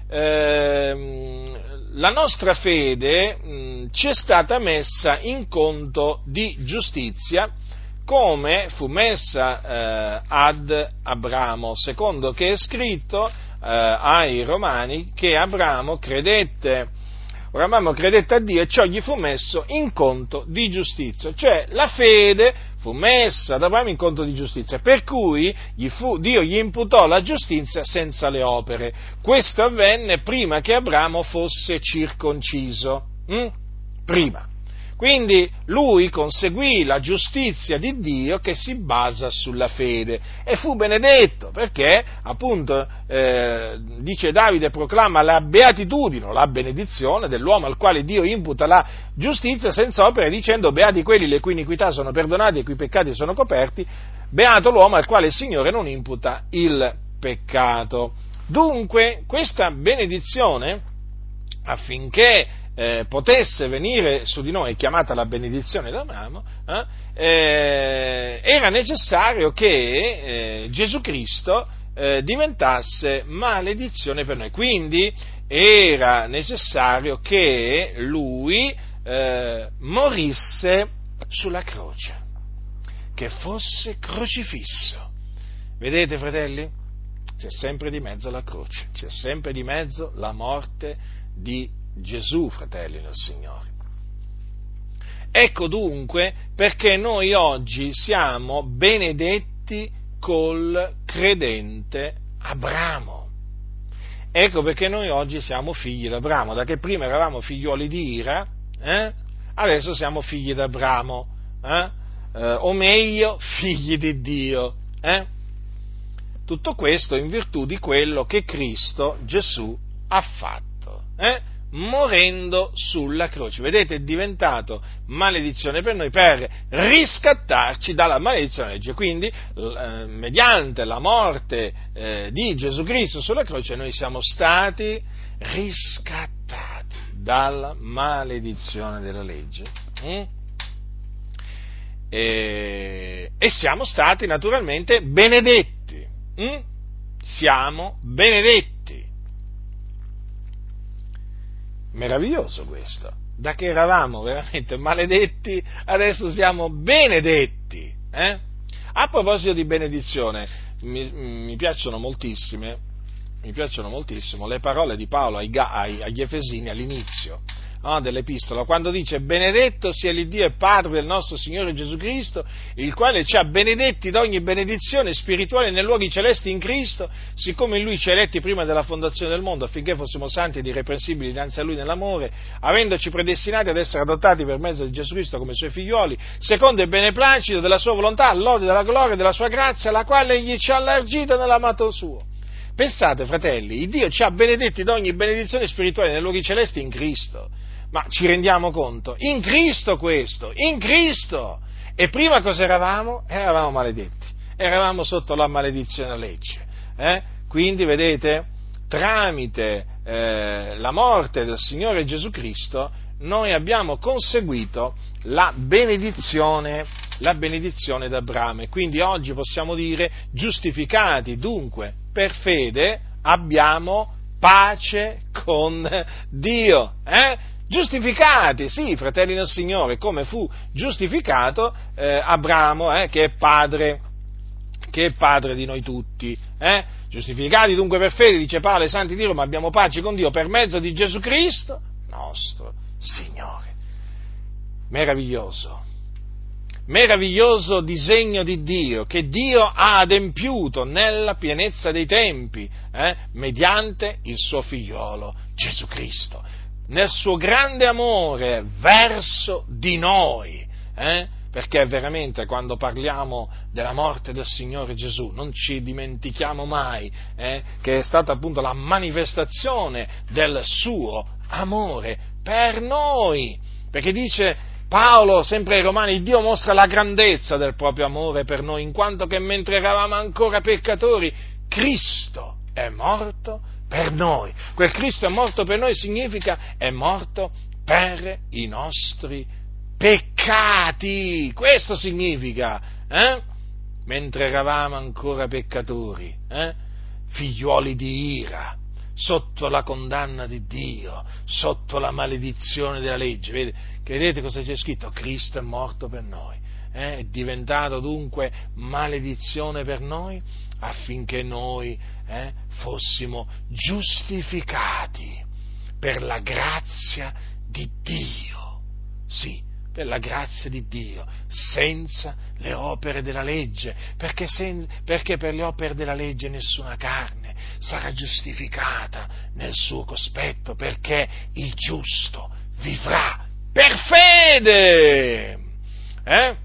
eh, la nostra fede mh, ci è stata messa in conto di giustizia, come fu messa eh, ad Abramo, secondo che è scritto eh, ai Romani che Abramo credette Oramai credette a Dio e ciò gli fu messo in conto di giustizia, cioè la fede fu messa ad Abramo in conto di giustizia, per cui gli fu, Dio gli imputò la giustizia senza le opere. Questo avvenne prima che Abramo fosse circonciso, hm? prima. Quindi lui conseguì la giustizia di Dio che si basa sulla fede e fu benedetto perché, appunto, eh, dice Davide, proclama la beatitudine, la benedizione dell'uomo al quale Dio imputa la giustizia senza opere, dicendo: beati quelli le cui iniquità sono perdonate e i cui peccati sono coperti, beato l'uomo al quale il Signore non imputa il peccato. Dunque, questa benedizione, affinché Eh, potesse venire su di noi, chiamata la benedizione d'Abramo, eh, eh, era necessario che eh, Gesù Cristo eh, diventasse maledizione per noi, quindi era necessario che Lui eh, morisse sulla croce, che fosse crocifisso. Vedete, fratelli? C'è sempre di mezzo la croce, c'è sempre di mezzo la morte di Gesù, fratelli del Signore. Ecco dunque perché noi oggi siamo benedetti col credente Abramo. Ecco perché noi oggi siamo figli d'Abramo, da che prima eravamo figlioli di Ira, eh? adesso siamo figli d'Abramo, eh? Eh, o meglio, figli di Dio. Eh? Tutto questo in virtù di quello che Cristo Gesù ha fatto. Eh? morendo sulla croce. Vedete, è diventato maledizione per noi per riscattarci dalla maledizione della legge. Quindi, eh, mediante la morte eh, di Gesù Cristo sulla croce, noi siamo stati riscattati dalla maledizione della legge. Mm? E, e siamo stati naturalmente benedetti. Mm? Siamo benedetti. Meraviglioso questo, da che eravamo veramente maledetti, adesso siamo benedetti. Eh? A proposito di benedizione, mi, mi piacciono moltissime, mi piacciono moltissimo le parole di Paolo ai, ai, agli Efesini all'inizio no, dell'Epistola, quando dice: benedetto sia l'Iddio e Padre del nostro Signore Gesù Cristo, il quale ci ha benedetti d'ogni benedizione spirituale nei luoghi celesti in Cristo, siccome in Lui ci ha eletti prima della fondazione del mondo, affinché fossimo santi ed irreprensibili dinanzi a Lui nell'amore, avendoci predestinati ad essere adottati per mezzo di Gesù Cristo come Suoi figlioli, secondo il beneplacito della Sua volontà, all'ode della gloria e della Sua grazia, la quale Egli ci ha allargita nell'amato Suo. Pensate, fratelli, il Dio ci ha benedetti d'ogni benedizione spirituale nei luoghi celesti in Cristo. Ma ci rendiamo conto? In Cristo questo, in Cristo! E prima cosa eravamo? Eravamo maledetti, eravamo sotto la maledizione della legge. Eh? Quindi, vedete, tramite eh, la morte del Signore Gesù Cristo, noi abbiamo conseguito la benedizione, la benedizione d'Abramo. E quindi oggi possiamo dire, giustificati dunque per fede, abbiamo pace con Dio. Eh? Giustificati, sì, fratelli nel Signore, come fu giustificato eh, Abramo, eh, che è padre, che è padre di noi tutti. Eh? Giustificati dunque per fede, dice Paolo ai santi di Roma, abbiamo pace con Dio per mezzo di Gesù Cristo, nostro Signore. Meraviglioso, meraviglioso disegno di Dio, che Dio ha adempiuto nella pienezza dei tempi, eh, mediante il suo figliolo Gesù Cristo, nel suo grande amore verso di noi, eh, perché veramente quando parliamo della morte del Signore Gesù non ci dimentichiamo mai eh, che è stata appunto la manifestazione del suo amore per noi, perché dice Paolo, sempre ai Romani, Dio mostra la grandezza del proprio amore per noi, in quanto che mentre eravamo ancora peccatori, Cristo è morto per noi. Quel Cristo è morto per noi significa è morto per i nostri peccati. Questo significa, eh? Mentre eravamo ancora peccatori, eh? Figliuoli di ira, sotto la condanna di Dio, sotto la maledizione della legge. Vedete, vedete cosa c'è scritto? Cristo è morto per noi, eh? È diventato dunque maledizione per noi affinché noi eh, fossimo giustificati per la grazia di Dio, sì, per la grazia di Dio, senza le opere della legge, perché, sen- perché per le opere della legge nessuna carne sarà giustificata nel suo cospetto, perché il giusto vivrà per fede, eh?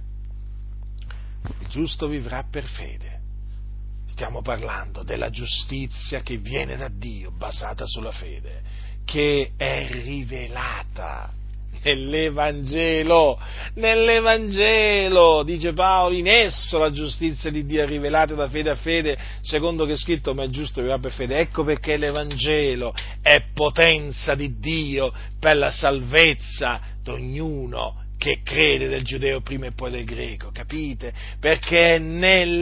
Il giusto vivrà per fede. Stiamo parlando della giustizia che viene da Dio, basata sulla fede, che è rivelata nell'Evangelo, nell'Evangelo, dice Paolo, in esso la giustizia di Dio è rivelata da fede a fede, secondo che è scritto, ma il giusto vivrà per fede. Ecco perché l'Evangelo è potenza di Dio per la salvezza di ognuno che crede, del giudeo prima e poi del greco, capite? Perché è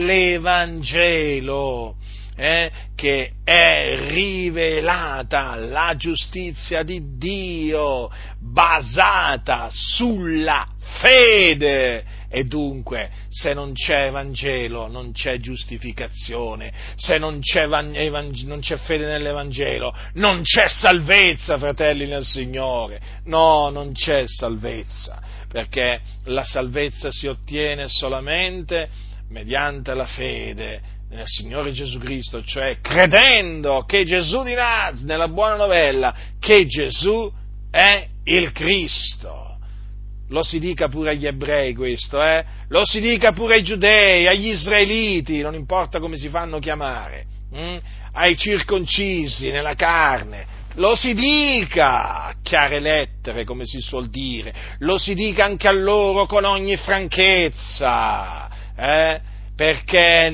nell'Evangelo eh, che è rivelata la giustizia di Dio basata sulla fede. E dunque, se non c'è Evangelo, non c'è giustificazione, se non c'è, evang- non c'è fede nell'Evangelo, non c'è salvezza, fratelli nel Signore, no, non c'è salvezza, perché la salvezza si ottiene solamente mediante la fede nel Signore Gesù Cristo, cioè credendo che Gesù di Nazareth, nella buona novella, che Gesù è il Cristo. Lo si dica pure agli ebrei questo, eh? Lo si dica pure ai giudei, agli israeliti, non importa come si fanno chiamare, hm? ai circoncisi nella carne, lo si dica a chiare lettere, come si suol dire, lo si dica anche a loro con ogni franchezza, eh? Perché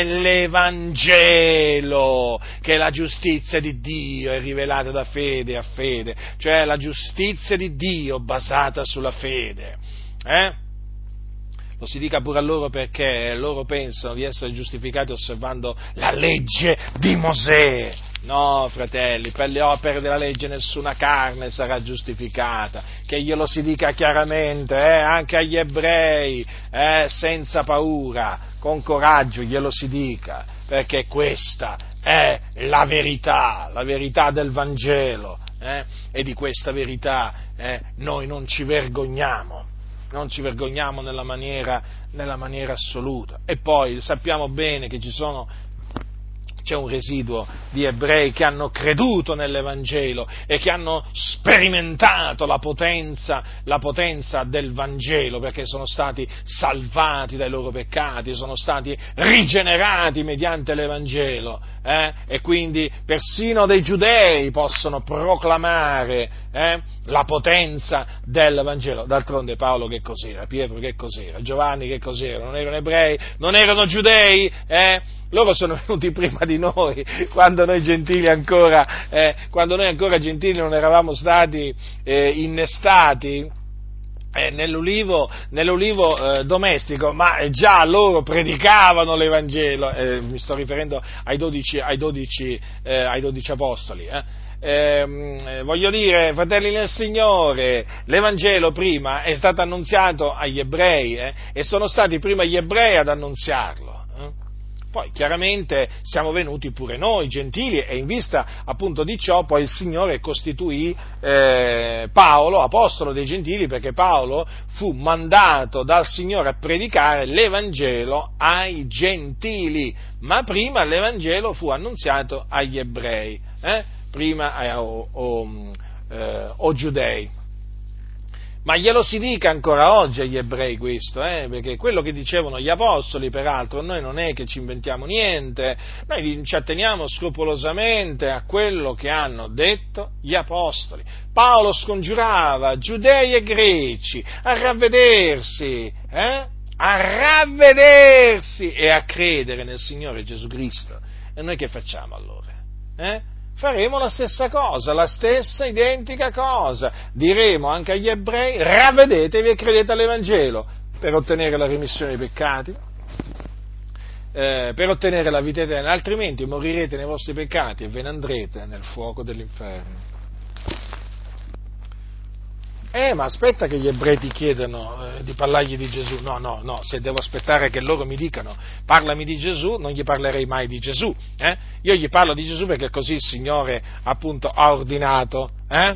nell'Evangelo che la giustizia di Dio è rivelata da fede a fede, cioè la giustizia di Dio basata sulla fede. Eh? Lo si dica pure a loro perché loro pensano di essere giustificati osservando la legge di Mosè. No, fratelli, per le opere della legge nessuna carne sarà giustificata, che glielo si dica chiaramente, eh, anche agli ebrei, eh, senza paura, con coraggio glielo si dica, perché questa è la verità, la verità del Vangelo, eh, e di questa verità eh, noi non ci vergogniamo. Non ci vergogniamo nella maniera, nella maniera assoluta. E poi sappiamo bene che ci sono, c'è un residuo di ebrei che hanno creduto nell'Evangelo e che hanno sperimentato la potenza, la potenza del Vangelo, perché sono stati salvati dai loro peccati, sono stati rigenerati mediante l'Evangelo, eh? E quindi persino dei giudei possono proclamare eh, la potenza del Vangelo. D'altronde Paolo che cos'era? Pietro che cos'era? Giovanni che cos'era? Non erano ebrei? Non erano giudei? Eh? loro sono venuti prima di noi, quando noi gentili ancora, eh, quando noi ancora gentili non eravamo stati eh, innestati Eh, nell'ulivo, nell'ulivo eh, domestico, ma già loro predicavano l'Evangelo, eh, mi sto riferendo ai dodici, ai dodici, eh, ai dodici apostoli. Eh. Eh, voglio dire, fratelli nel Signore, l'Evangelo prima è stato annunziato agli ebrei eh, e sono stati prima gli ebrei ad annunziarlo. Eh. Poi chiaramente siamo venuti pure noi, gentili, e in vista appunto di ciò poi il Signore costituì eh, Paolo, apostolo dei gentili, perché Paolo fu mandato dal Signore a predicare l'Evangelo ai gentili, ma prima l'Evangelo fu annunziato agli ebrei, eh? prima eh, o, o, eh, o giudei. Ma glielo si dica ancora oggi agli ebrei questo, eh? Perché quello che dicevano gli apostoli, peraltro, noi non è che ci inventiamo niente, noi ci atteniamo scrupolosamente a quello che hanno detto gli apostoli. Paolo scongiurava giudei e greci a ravvedersi, eh? a ravvedersi e a credere nel Signore Gesù Cristo. E noi che facciamo allora? Eh? Faremo la stessa cosa, la stessa identica cosa. Diremo anche agli ebrei: ravvedetevi e credete all'Evangelo per ottenere la remissione dei peccati, eh, per ottenere la vita eterna, altrimenti morirete nei vostri peccati e ve ne andrete nel fuoco dell'inferno. Eh, ma aspetta che gli ebrei ti chiedano eh, di parlargli di Gesù. No, no, no, se devo aspettare che loro mi dicano parlami di Gesù, non gli parlerei mai di Gesù. Eh? Io gli parlo di Gesù perché così il Signore appunto ha ordinato. Eh?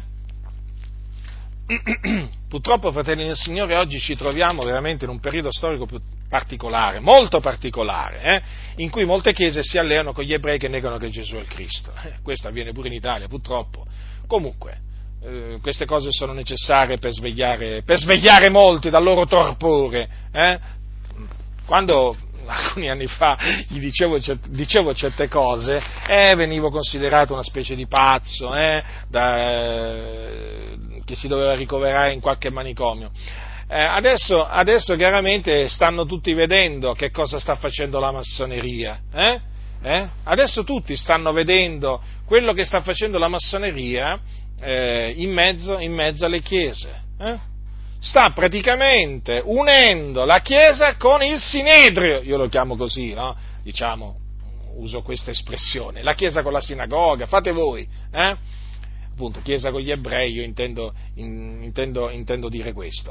Purtroppo, fratelli del Signore, oggi ci troviamo veramente in un periodo storico più particolare, molto particolare, eh? in cui molte chiese si alleano con gli ebrei che negano che Gesù è il Cristo. Eh, questo avviene pure in Italia, purtroppo. Comunque, Eh, queste cose sono necessarie per svegliare, per svegliare molti dal loro torpore. Eh? Quando alcuni anni fa gli dicevo, dicevo certe cose, eh, venivo considerato una specie di pazzo, eh, da, eh, che si doveva ricoverare in qualche manicomio. Eh, adesso, adesso chiaramente stanno tutti vedendo che cosa sta facendo la massoneria. Eh? Eh? Adesso tutti stanno vedendo quello che sta facendo la massoneria Eh, in, mezzo, in mezzo alle chiese, eh? sta praticamente unendo la chiesa con il sinedrio, io lo chiamo così, no? Diciamo, uso questa espressione, la chiesa con la sinagoga, fate voi, eh? appunto, chiesa con gli ebrei, io intendo, in, intendo, intendo dire questo,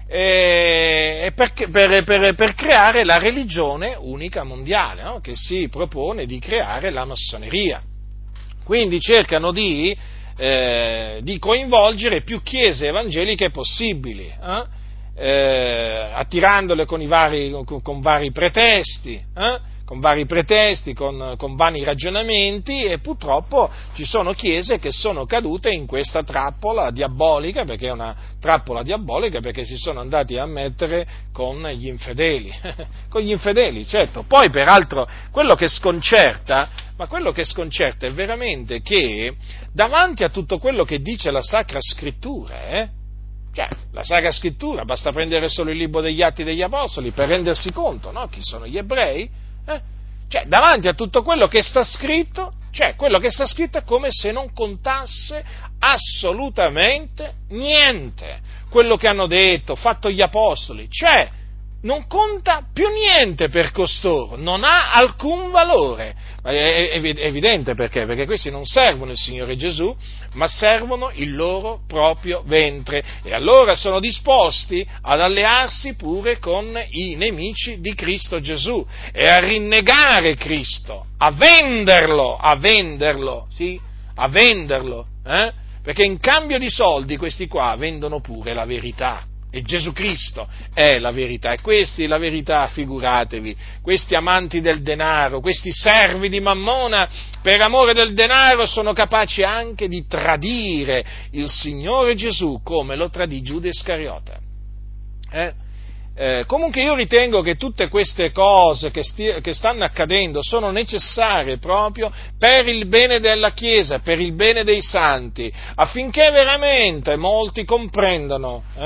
e per, per, per, per creare la religione unica mondiale, no? che si propone di creare la massoneria, quindi cercano di Eh, di coinvolgere più chiese evangeliche possibili, eh? Eh, attirandole con, i vari, con, con vari pretesti, eh? con vari pretesti, con, con vani ragionamenti, e purtroppo ci sono chiese che sono cadute in questa trappola diabolica, perché è una trappola diabolica, perché si sono andati a mettere con gli infedeli, con gli infedeli, certo. Poi peraltro quello che sconcerta, ma quello che sconcerta è veramente che davanti a tutto quello che dice la Sacra Scrittura, eh, cioè, la Sacra Scrittura, basta prendere solo il libro degli Atti degli Apostoli per rendersi conto, no? Chi sono gli ebrei, eh? Cioè, davanti a tutto quello che sta scritto, cioè, quello che sta scritto è come se non contasse assolutamente niente. Quello che hanno detto, fatto gli Apostoli, cioè, non conta più niente per costoro, non ha alcun valore. È evidente perché? Perché questi non servono il Signore Gesù, ma servono il loro proprio ventre, e allora sono disposti ad allearsi pure con i nemici di Cristo Gesù e a rinnegare Cristo, a venderlo, a venderlo, sì, a venderlo, eh? Perché in cambio di soldi questi qua vendono pure la verità. E Gesù Cristo è la verità, e questi la verità, figuratevi, questi amanti del denaro, questi servi di Mammona, per amore del denaro sono capaci anche di tradire il Signore Gesù, come lo tradì Giuda Iscariota. Eh? Eh, comunque io ritengo che tutte queste cose che, sti- che stanno accadendo sono necessarie proprio per il bene della Chiesa, per il bene dei santi, affinché veramente molti comprendano, eh,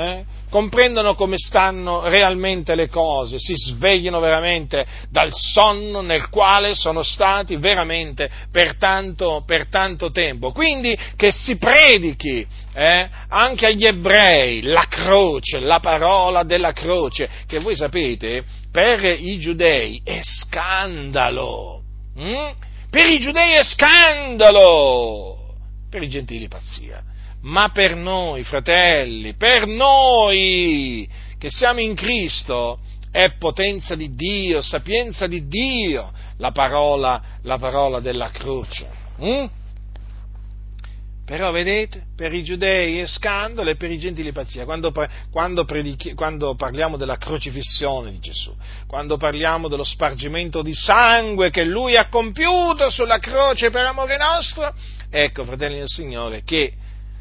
comprendono come stanno realmente le cose, si svegliano veramente dal sonno nel quale sono stati veramente per tanto, per tanto tempo. Quindi che si predichi eh, anche agli ebrei la croce, la parola della croce, che voi sapete per i giudei è scandalo, hm? Per i giudei è scandalo, per i gentili pazzia. Ma per noi, fratelli, per noi che siamo in Cristo, è potenza di Dio, sapienza di Dio, la parola, la parola della croce. Mm? Però vedete, per i giudei è scandalo e per i gentili pazzia. Quando, quando, predichi, quando parliamo della crocifissione di Gesù, quando parliamo dello spargimento di sangue che Lui ha compiuto sulla croce per amore nostro, ecco, fratelli del Signore, che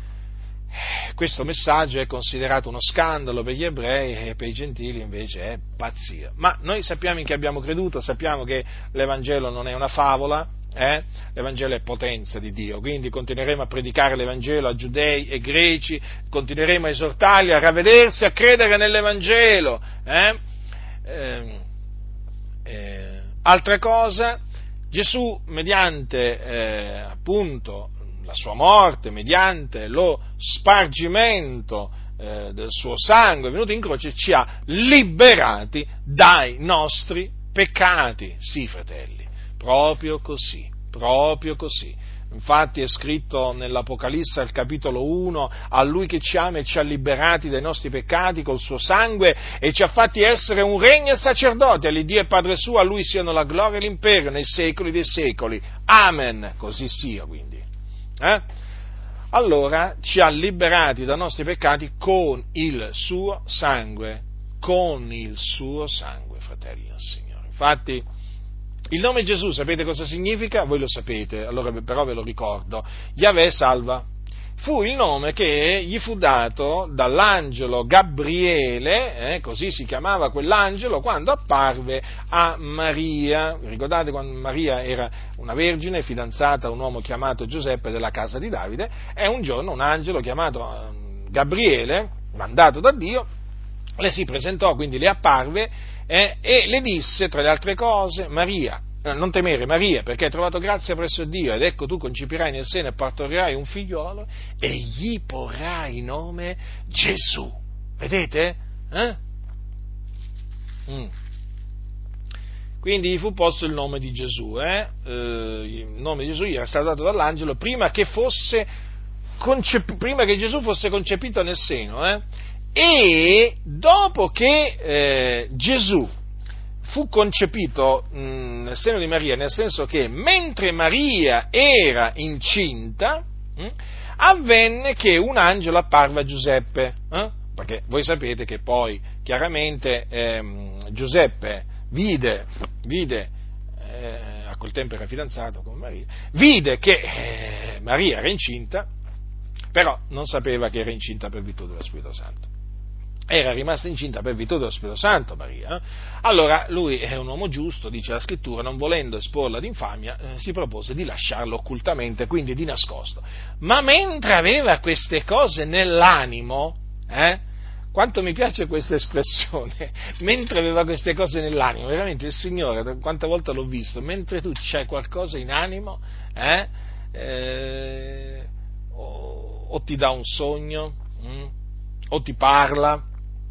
questo messaggio è considerato uno scandalo per gli ebrei e per i gentili invece è pazzia. Ma noi sappiamo in chi abbiamo creduto, sappiamo che l'Evangelo non è una favola, eh? L'Evangelo è potenza di Dio, quindi continueremo a predicare l'Evangelo a giudei e greci, continueremo a esortarli a ravvedersi, a credere nell'Evangelo. Eh? Eh, eh, altra cosa, Gesù mediante eh, appunto la sua morte, mediante lo spargimento eh, del suo sangue venuto in croce, ci ha liberati dai nostri peccati. Sì, fratelli, proprio così, proprio così. Infatti è scritto nell'Apocalisse al capitolo uno, a Lui che ci ama e ci ha liberati dai nostri peccati col suo sangue e ci ha fatti essere un regno e sacerdoti all'Iddio e Padre suo, a Lui siano la gloria e l'impero nei secoli dei secoli. Amen. Così sia, quindi. Eh? Allora ci ha liberati dai nostri peccati con il suo sangue, con il suo sangue, fratelli del Signore. Infatti il nome Gesù sapete cosa significa? Voi lo sapete, allora però ve lo ricordo. Yahweh salva. Fu il nome che gli fu dato dall'angelo Gabriele, eh, così si chiamava quell'angelo, quando apparve a Maria. Ricordate quando Maria era una vergine fidanzata a un uomo chiamato Giuseppe della casa di Davide, e un giorno un angelo chiamato Gabriele, mandato da Dio, le si presentò, quindi le apparve eh, e le disse, tra le altre cose: Maria, non temere Maria, perché hai trovato grazia presso Dio, ed ecco tu concepirai nel seno e partorirai un figliolo e gli porrai nome Gesù. Vedete? Eh? Mm. Quindi gli fu posto il nome di Gesù, eh? Eh, il nome di Gesù gli era stato dato dall'angelo prima che fosse concep- prima che Gesù fosse concepito nel seno, eh? E dopo che eh, Gesù fu concepito mh, nel seno di Maria, nel senso che mentre Maria era incinta, mh, avvenne che un angelo apparve a Giuseppe, eh? Perché voi sapete che poi chiaramente ehm, Giuseppe vide, vide eh, a quel tempo era fidanzato con Maria, vide che eh, Maria era incinta, però non sapeva che era incinta per virtù dello Spirito Santo. Era rimasta incinta per virtù dello Spirito Santo Maria. Eh? Allora lui è un uomo giusto, dice la Scrittura, non volendo esporla ad infamia, eh, si propose di lasciarlo occultamente, quindi di nascosto. Ma mentre aveva queste cose nell'animo, eh, quanto mi piace questa espressione, mentre aveva queste cose nell'animo, veramente il Signore, quante volte l'ho visto, mentre tu c'hai qualcosa in animo, eh, eh, o, o ti dà un sogno, hm, o ti parla,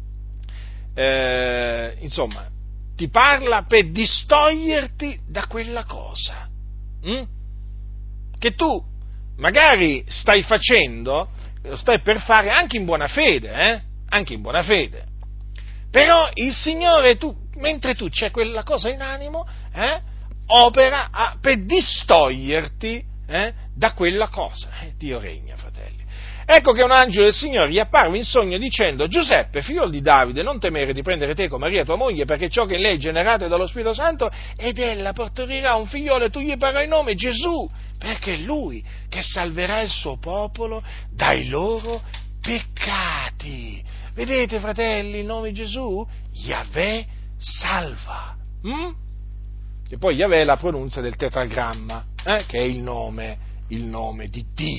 Eh, insomma, ti parla per distoglierti da quella cosa hm? che tu magari stai facendo, lo stai per fare anche in buona fede, eh? anche in buona fede. Però il Signore, tu, mentre tu c'è quella cosa in animo, eh? opera a, per distoglierti eh? da quella cosa. Eh? Dio regna, fratelli. Ecco che un angelo del Signore gli apparve in sogno dicendo: Giuseppe, figlio di Davide, non temere di prendere te con Maria tua moglie, perché ciò che in lei è generato è dallo Spirito Santo, ed ella partorirà un figliolo e tu gli parai il nome Gesù, perché è lui che salverà il suo popolo dai loro peccati. Vedete, fratelli, il nome Gesù? Yahweh salva. Mm? E poi Yahweh è la pronuncia del tetragramma, eh? che è il nome, il nome di Dio.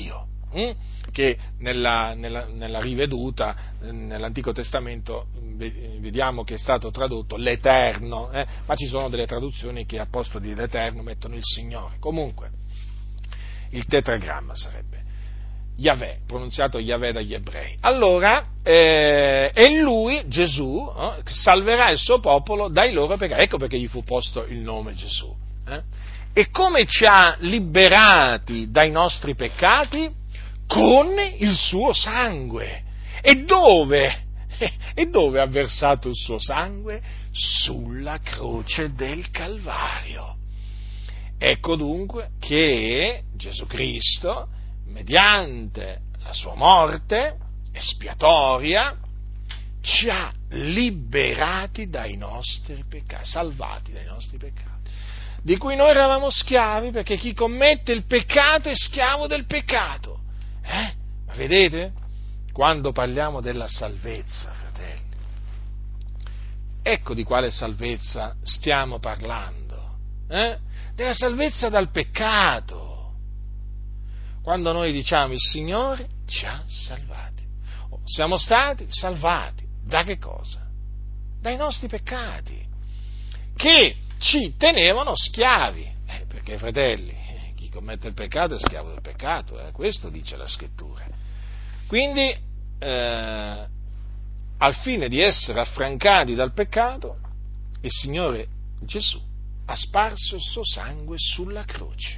hm? che nella, nella, nella riveduta, nell'Antico Testamento, vediamo che è stato tradotto l'Eterno, eh? ma ci sono delle traduzioni che al posto di l'Eterno mettono il Signore. Comunque, il tetragramma sarebbe Yahweh, pronunziato Yahweh dagli ebrei. Allora, eh, e lui, Gesù, eh, salverà il suo popolo dai loro peccati. Ecco perché gli fu posto il nome Gesù. Eh? E come ci ha liberati dai nostri peccati? Con il suo sangue. E dove? E dove ha versato il suo sangue? Sulla croce del Calvario. Ecco dunque che Gesù Cristo, mediante la sua morte espiatoria, ci ha liberati dai nostri peccati, salvati dai nostri peccati, di cui noi eravamo schiavi, perché chi commette il peccato è schiavo del peccato. Eh? Ma vedete? Quando parliamo della salvezza, fratelli, ecco di quale salvezza stiamo parlando. Eh? Della salvezza dal peccato. Quando noi diciamo il Signore ci ha salvati, siamo stati salvati da che cosa? Dai nostri peccati, che ci tenevano schiavi, eh, perché fratelli, chi commette il peccato è schiavo del peccato, eh, questo dice la Scrittura. Quindi, eh, al fine di essere affrancati dal peccato, il Signore Gesù ha sparso il suo sangue sulla croce.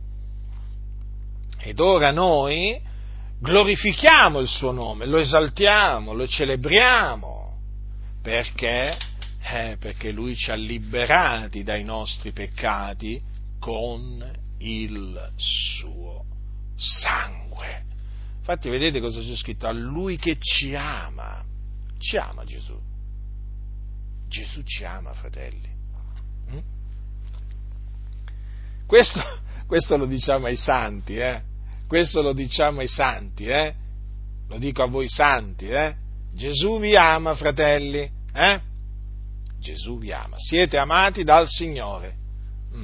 Ed ora noi glorifichiamo il suo nome, lo esaltiamo, lo celebriamo, perché, eh, perché lui ci ha liberati dai nostri peccati con il suo sangue. Infatti vedete cosa c'è scritto? A lui che ci ama, ci ama Gesù. Gesù ci ama, fratelli. Mm? Questo, questo lo diciamo ai santi, eh? Questo lo diciamo ai santi, eh? Lo dico a voi santi, eh? Gesù vi ama, fratelli, eh? Gesù vi ama, siete amati dal Signore. Mm.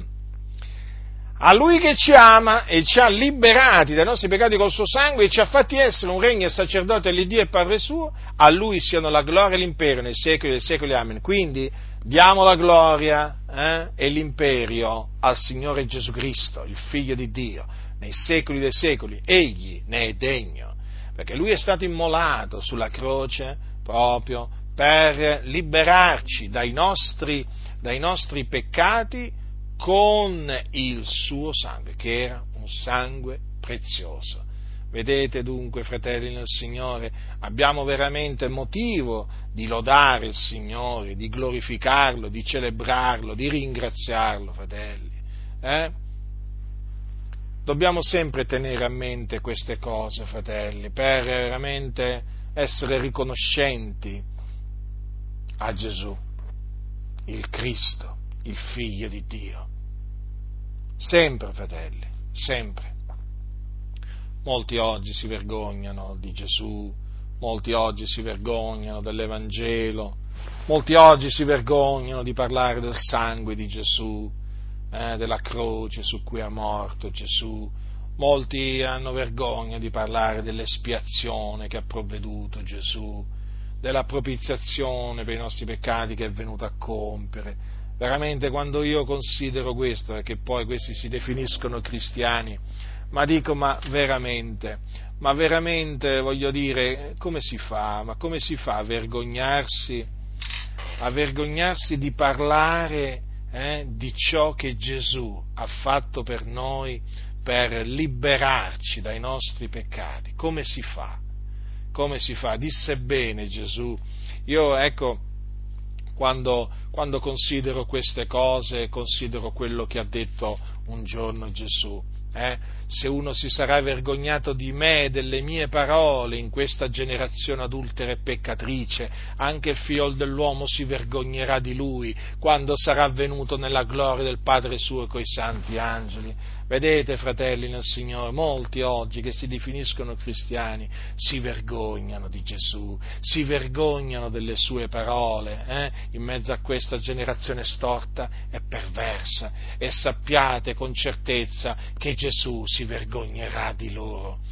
A Lui che ci ama e ci ha liberati dai nostri peccati col suo sangue e ci ha fatti essere un regno e sacerdote all'Iddio e Padre suo, a Lui siano la gloria e l'impero nei secoli dei secoli, amen. Quindi diamo la gloria eh, e l'imperio al Signore Gesù Cristo, il Figlio di Dio, nei secoli dei secoli. Egli ne è degno, perché Lui è stato immolato sulla croce proprio per liberarci dai nostri, dai nostri peccati con il suo sangue, che era un sangue prezioso. Vedete dunque, fratelli nel Signore, abbiamo veramente motivo di lodare il Signore, di glorificarlo, di celebrarlo, di ringraziarlo, fratelli. Eh? Dobbiamo sempre tenere a mente queste cose, fratelli, per veramente essere riconoscenti a Gesù, il Cristo, il Figlio di Dio. Sempre, fratelli, sempre. Molti oggi si vergognano di Gesù, molti oggi si vergognano dell'Evangelo, molti oggi si vergognano di parlare del sangue di Gesù, eh, della croce su cui è morto Gesù, molti hanno vergogna di parlare dell'espiazione che ha provveduto Gesù, della propiziazione per i nostri peccati che è venuto a compiere. Veramente quando io considero questo, perché poi questi si definiscono cristiani, ma dico, ma veramente, ma veramente voglio dire, come si fa, ma come si fa a vergognarsi, a vergognarsi di parlare eh, di ciò che Gesù ha fatto per noi, per liberarci dai nostri peccati? Come si fa? Come si fa? Disse bene Gesù. Io, ecco, quando, quando considero queste cose, considero quello che ha detto un giorno Gesù. Eh? Se uno si sarà vergognato di me e delle mie parole in questa generazione adultera e peccatrice, anche il figlio dell'uomo si vergognerà di lui quando sarà venuto nella gloria del Padre suo coi santi angeli. Vedete, fratelli nel Signore, molti oggi che si definiscono cristiani si vergognano di Gesù, si vergognano delle sue parole eh? in mezzo a questa generazione storta e perversa, e sappiate con certezza che Gesù si vergognerà di loro.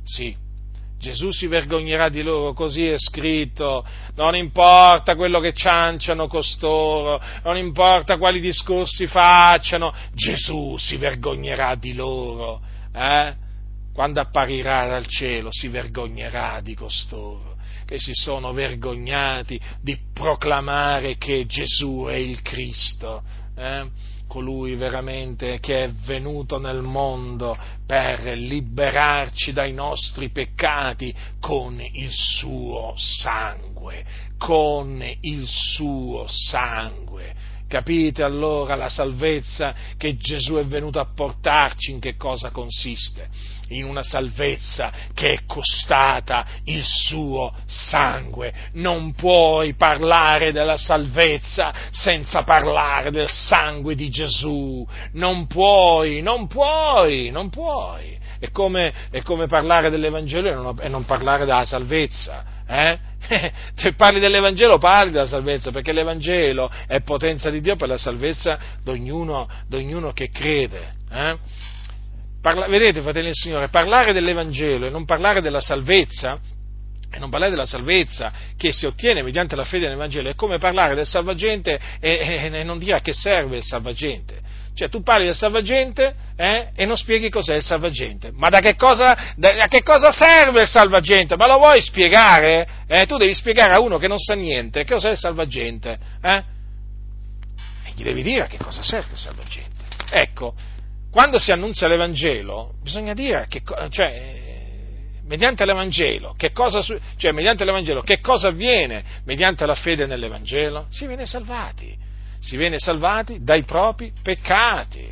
Sì, Gesù si vergognerà di loro, così è scritto, non importa quello che cianciano costoro, non importa quali discorsi facciano, Gesù si vergognerà di loro, eh? Quando apparirà dal cielo si vergognerà di costoro, che si sono vergognati di proclamare che Gesù è il Cristo, eh? Colui veramente che è venuto nel mondo per liberarci dai nostri peccati con il suo sangue, con il suo sangue. Capite allora la salvezza che Gesù è venuto a portarci in che cosa consiste? In una salvezza che è costata il suo sangue. Non puoi parlare della salvezza senza parlare del sangue di Gesù. Non puoi, non puoi, non puoi. È come, è come parlare dell'Evangelo e non, e non parlare della salvezza. Eh? Se parli dell'Evangelo, parli della salvezza, perché l'Evangelo è potenza di Dio per la salvezza di ognuno, di ognuno che crede. Eh? Parla, vedete, fratelli del Signore, parlare dell'Evangelo e non parlare della salvezza, e non parlare della salvezza che si ottiene mediante la fede nell'Evangelo, è come parlare del salvagente e, e, e non dire a che serve il salvagente. Cioè, tu parli del salvagente eh, e non spieghi cos'è il salvagente. Ma da che cosa, da, a che cosa serve il salvagente? Ma lo vuoi spiegare? Eh, tu devi spiegare a uno che non sa niente che cos'è il salvagente. Eh? E gli devi dire a che cosa serve il salvagente. Ecco, quando si annunzia l'Evangelo, bisogna dire che, cioè, mediante l'Evangelo, che cosa, cioè, mediante l'Evangelo, che cosa avviene mediante la fede nell'Evangelo? Si viene salvati. Si viene salvati dai propri peccati.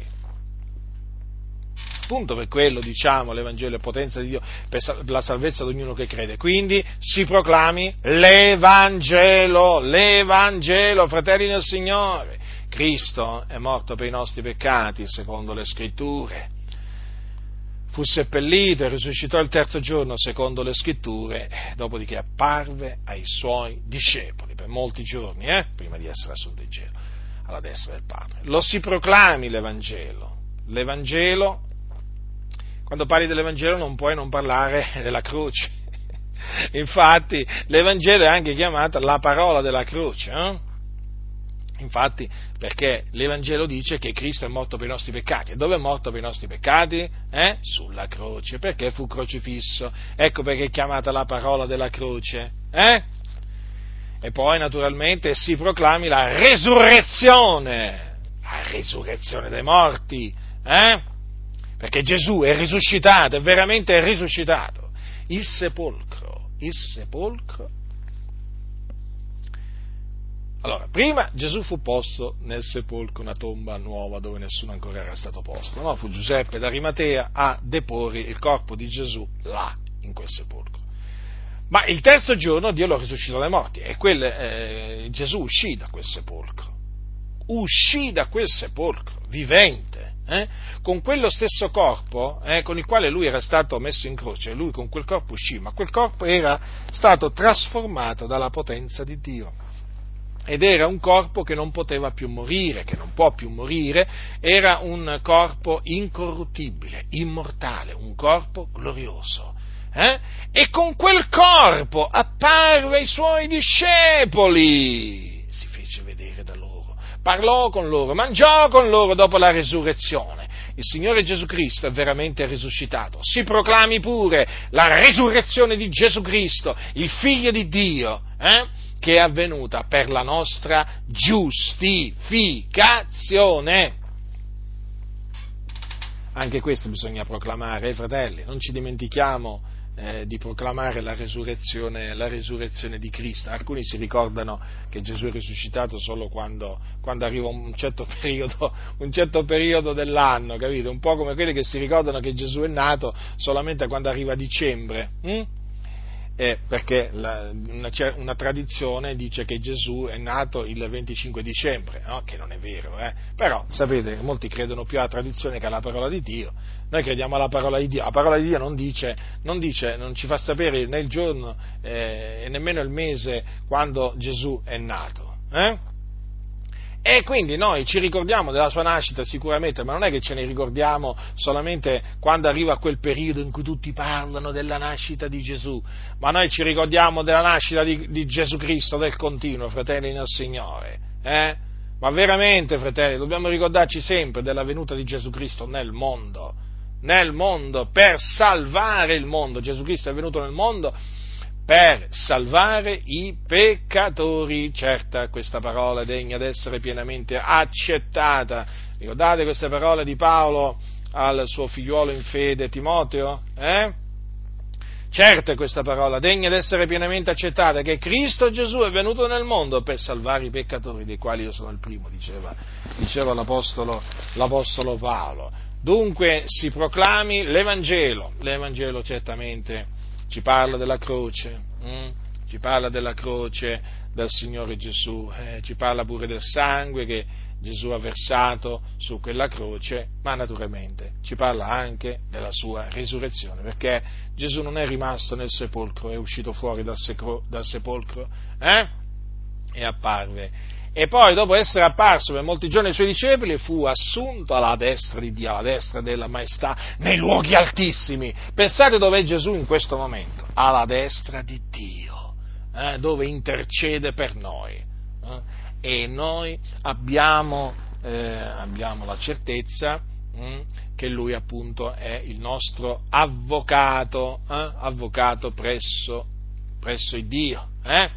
Appunto per quello, diciamo, l'Evangelo è potenza di Dio per la salvezza di ognuno che crede. Quindi si proclami l'Evangelo, l'Evangelo, fratelli del Signore. Cristo è morto per i nostri peccati, secondo le Scritture. Fu seppellito e risuscitò il terzo giorno, secondo le Scritture, dopodiché apparve ai suoi discepoli per molti giorni, eh, prima di essere assunto in cielo, alla destra del Padre. Lo si proclami l'Evangelo. L'Evangelo, quando parli dell'Evangelo non puoi non parlare della croce. Infatti l'Evangelo è anche chiamata la parola della croce, eh? Infatti, perché l'Evangelo dice che Cristo è morto per i nostri peccati. E dove è morto per i nostri peccati? Eh? Sulla croce, perché fu crocifisso. Ecco perché è chiamata la parola della croce. Eh? E poi, naturalmente, si proclami la resurrezione, la resurrezione dei morti, eh? Perché Gesù è risuscitato, è veramente risuscitato. Il sepolcro, il sepolcro. Allora, prima Gesù fu posto nel sepolcro, una tomba nuova dove nessuno ancora era stato posto, no? Fu Giuseppe d'Arimatea a deporre il corpo di Gesù là, in quel sepolcro. Ma il terzo giorno Dio lo risuscitò dai morti e quel, eh, Gesù uscì da quel sepolcro, uscì da quel sepolcro, vivente, eh? Con quello stesso corpo eh, con il quale lui era stato messo in croce, lui con quel corpo uscì, ma quel corpo era stato trasformato dalla potenza di Dio. Ed era un corpo che non poteva più morire, che non può più morire, era un corpo incorruttibile, immortale, un corpo glorioso. Eh? E con quel corpo apparve ai suoi discepoli, si fece vedere da loro, parlò con loro, mangiò con loro dopo la resurrezione. Il Signore Gesù Cristo è veramente risuscitato. Si proclami pure la resurrezione di Gesù Cristo, il Figlio di Dio, eh? che è avvenuta per la nostra giustificazione. Anche questo bisogna proclamare, eh, fratelli, non ci dimentichiamo eh, di proclamare la resurrezione, la resurrezione di Cristo. Alcuni si ricordano che Gesù è risuscitato solo quando, quando arriva un certo periodo, un certo periodo dell'anno, capite? Un po' come quelli che si ricordano che Gesù è nato solamente quando arriva dicembre, hm? Eh, perché la, una, una tradizione dice che Gesù è nato il venticinque dicembre, no? Che non è vero, eh? Però sapete, molti credono più alla tradizione che alla parola di Dio. Noi crediamo alla parola di Dio. La parola di Dio non dice, non, dice, non ci fa sapere né il giorno eh, e nemmeno il mese quando Gesù è nato. Eh? E quindi noi ci ricordiamo della sua nascita sicuramente, ma non è che ce ne ricordiamo solamente quando arriva quel periodo in cui tutti parlano della nascita di Gesù, ma noi ci ricordiamo della nascita di, di Gesù Cristo del continuo, fratelli nel Signore. Eh? Ma veramente, fratelli, dobbiamo ricordarci sempre della venuta di Gesù Cristo nel mondo, nel mondo, per salvare il mondo. Gesù Cristo è venuto nel mondo per salvare i peccatori. Certa, questa parola è degna di essere pienamente accettata. Ricordate queste parole di Paolo al suo figliuolo in fede Timoteo? Eh? Certa è questa parola, degna di essere pienamente accettata, che Cristo Gesù è venuto nel mondo per salvare i peccatori, dei quali io sono il primo, diceva, diceva l'apostolo, l'apostolo Paolo. Dunque si proclami l'Evangelo, l'Evangelo certamente ci parla della croce, hm? ci parla della croce del Signore Gesù, eh, ci parla pure del sangue che Gesù ha versato su quella croce, ma naturalmente ci parla anche della sua risurrezione, perché Gesù non è rimasto nel sepolcro, è uscito fuori dal, secro, dal sepolcro eh? e apparve. E poi, dopo essere apparso per molti giorni ai suoi discepoli, fu assunto alla destra di Dio, alla destra della maestà, nei luoghi altissimi. Pensate dov'è Gesù in questo momento? Alla destra di Dio, eh, dove intercede per noi. Eh? E noi abbiamo, eh, abbiamo la certezza hm, che Lui appunto è il nostro avvocato, eh? avvocato presso, presso il Dio. Eh?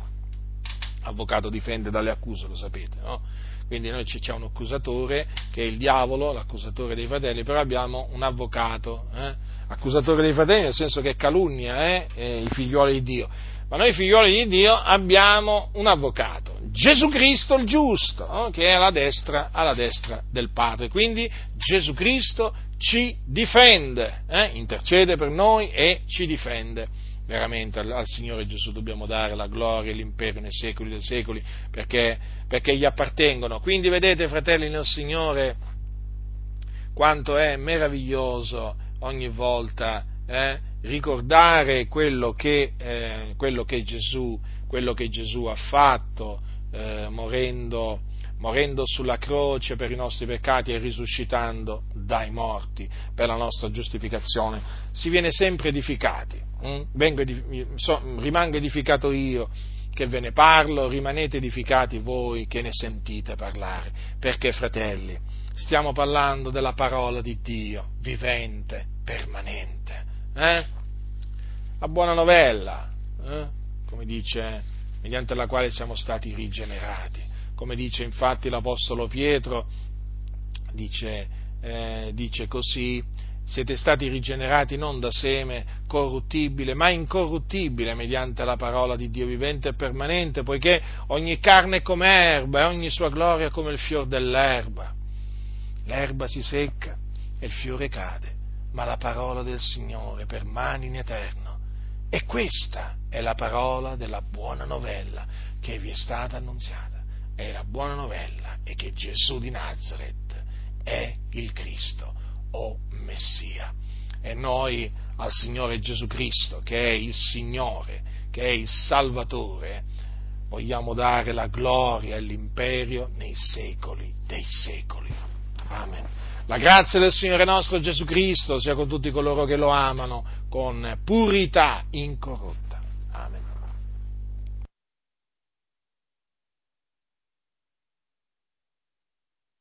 Avvocato difende dalle accuse, lo sapete, no? Quindi noi c'è un accusatore che è il diavolo, l'accusatore dei fratelli, però abbiamo un avvocato, eh? accusatore dei fratelli nel senso che calunnia eh? Eh, i figlioli di Dio, ma noi figlioli di Dio abbiamo un avvocato, Gesù Cristo il giusto, no? Che è alla destra, alla destra del Padre, quindi Gesù Cristo ci difende, eh? intercede per noi e ci difende. Veramente al, al Signore Gesù dobbiamo dare la gloria e l'imperio nei secoli dei secoli, perché, perché gli appartengono. Quindi vedete, fratelli nel Signore, quanto è meraviglioso ogni volta eh, ricordare quello che, eh, quello che Gesù, quello che Gesù ha fatto, eh, morendo, morendo sulla croce per i nostri peccati e risuscitando dai morti per la nostra giustificazione. Si viene sempre edificati. Vengo edif- so, rimango edificato io che ve ne parlo, rimanete edificati voi che ne sentite parlare, perché, fratelli, stiamo parlando della parola di Dio, vivente, permanente, eh? La buona novella, eh? come dice, mediante la quale siamo stati rigenerati, come dice infatti l'Apostolo Pietro, dice, eh, dice così: siete stati rigenerati non da seme corruttibile, ma incorruttibile, mediante la parola di Dio vivente e permanente, poiché ogni carne è come erba e ogni sua gloria come il fior dell'erba. L'erba si secca e il fiore cade, ma la parola del Signore permane in eterno. E questa è la parola della buona novella che vi è stata annunziata. E la buona novella è che Gesù di Nazaret è il Cristo, o Messia. E noi al Signore Gesù Cristo, che è il Signore, che è il Salvatore, vogliamo dare la gloria e l'imperio nei secoli dei secoli. Amen. La grazia del Signore nostro Gesù Cristo sia con tutti coloro che lo amano con purità incorrotta.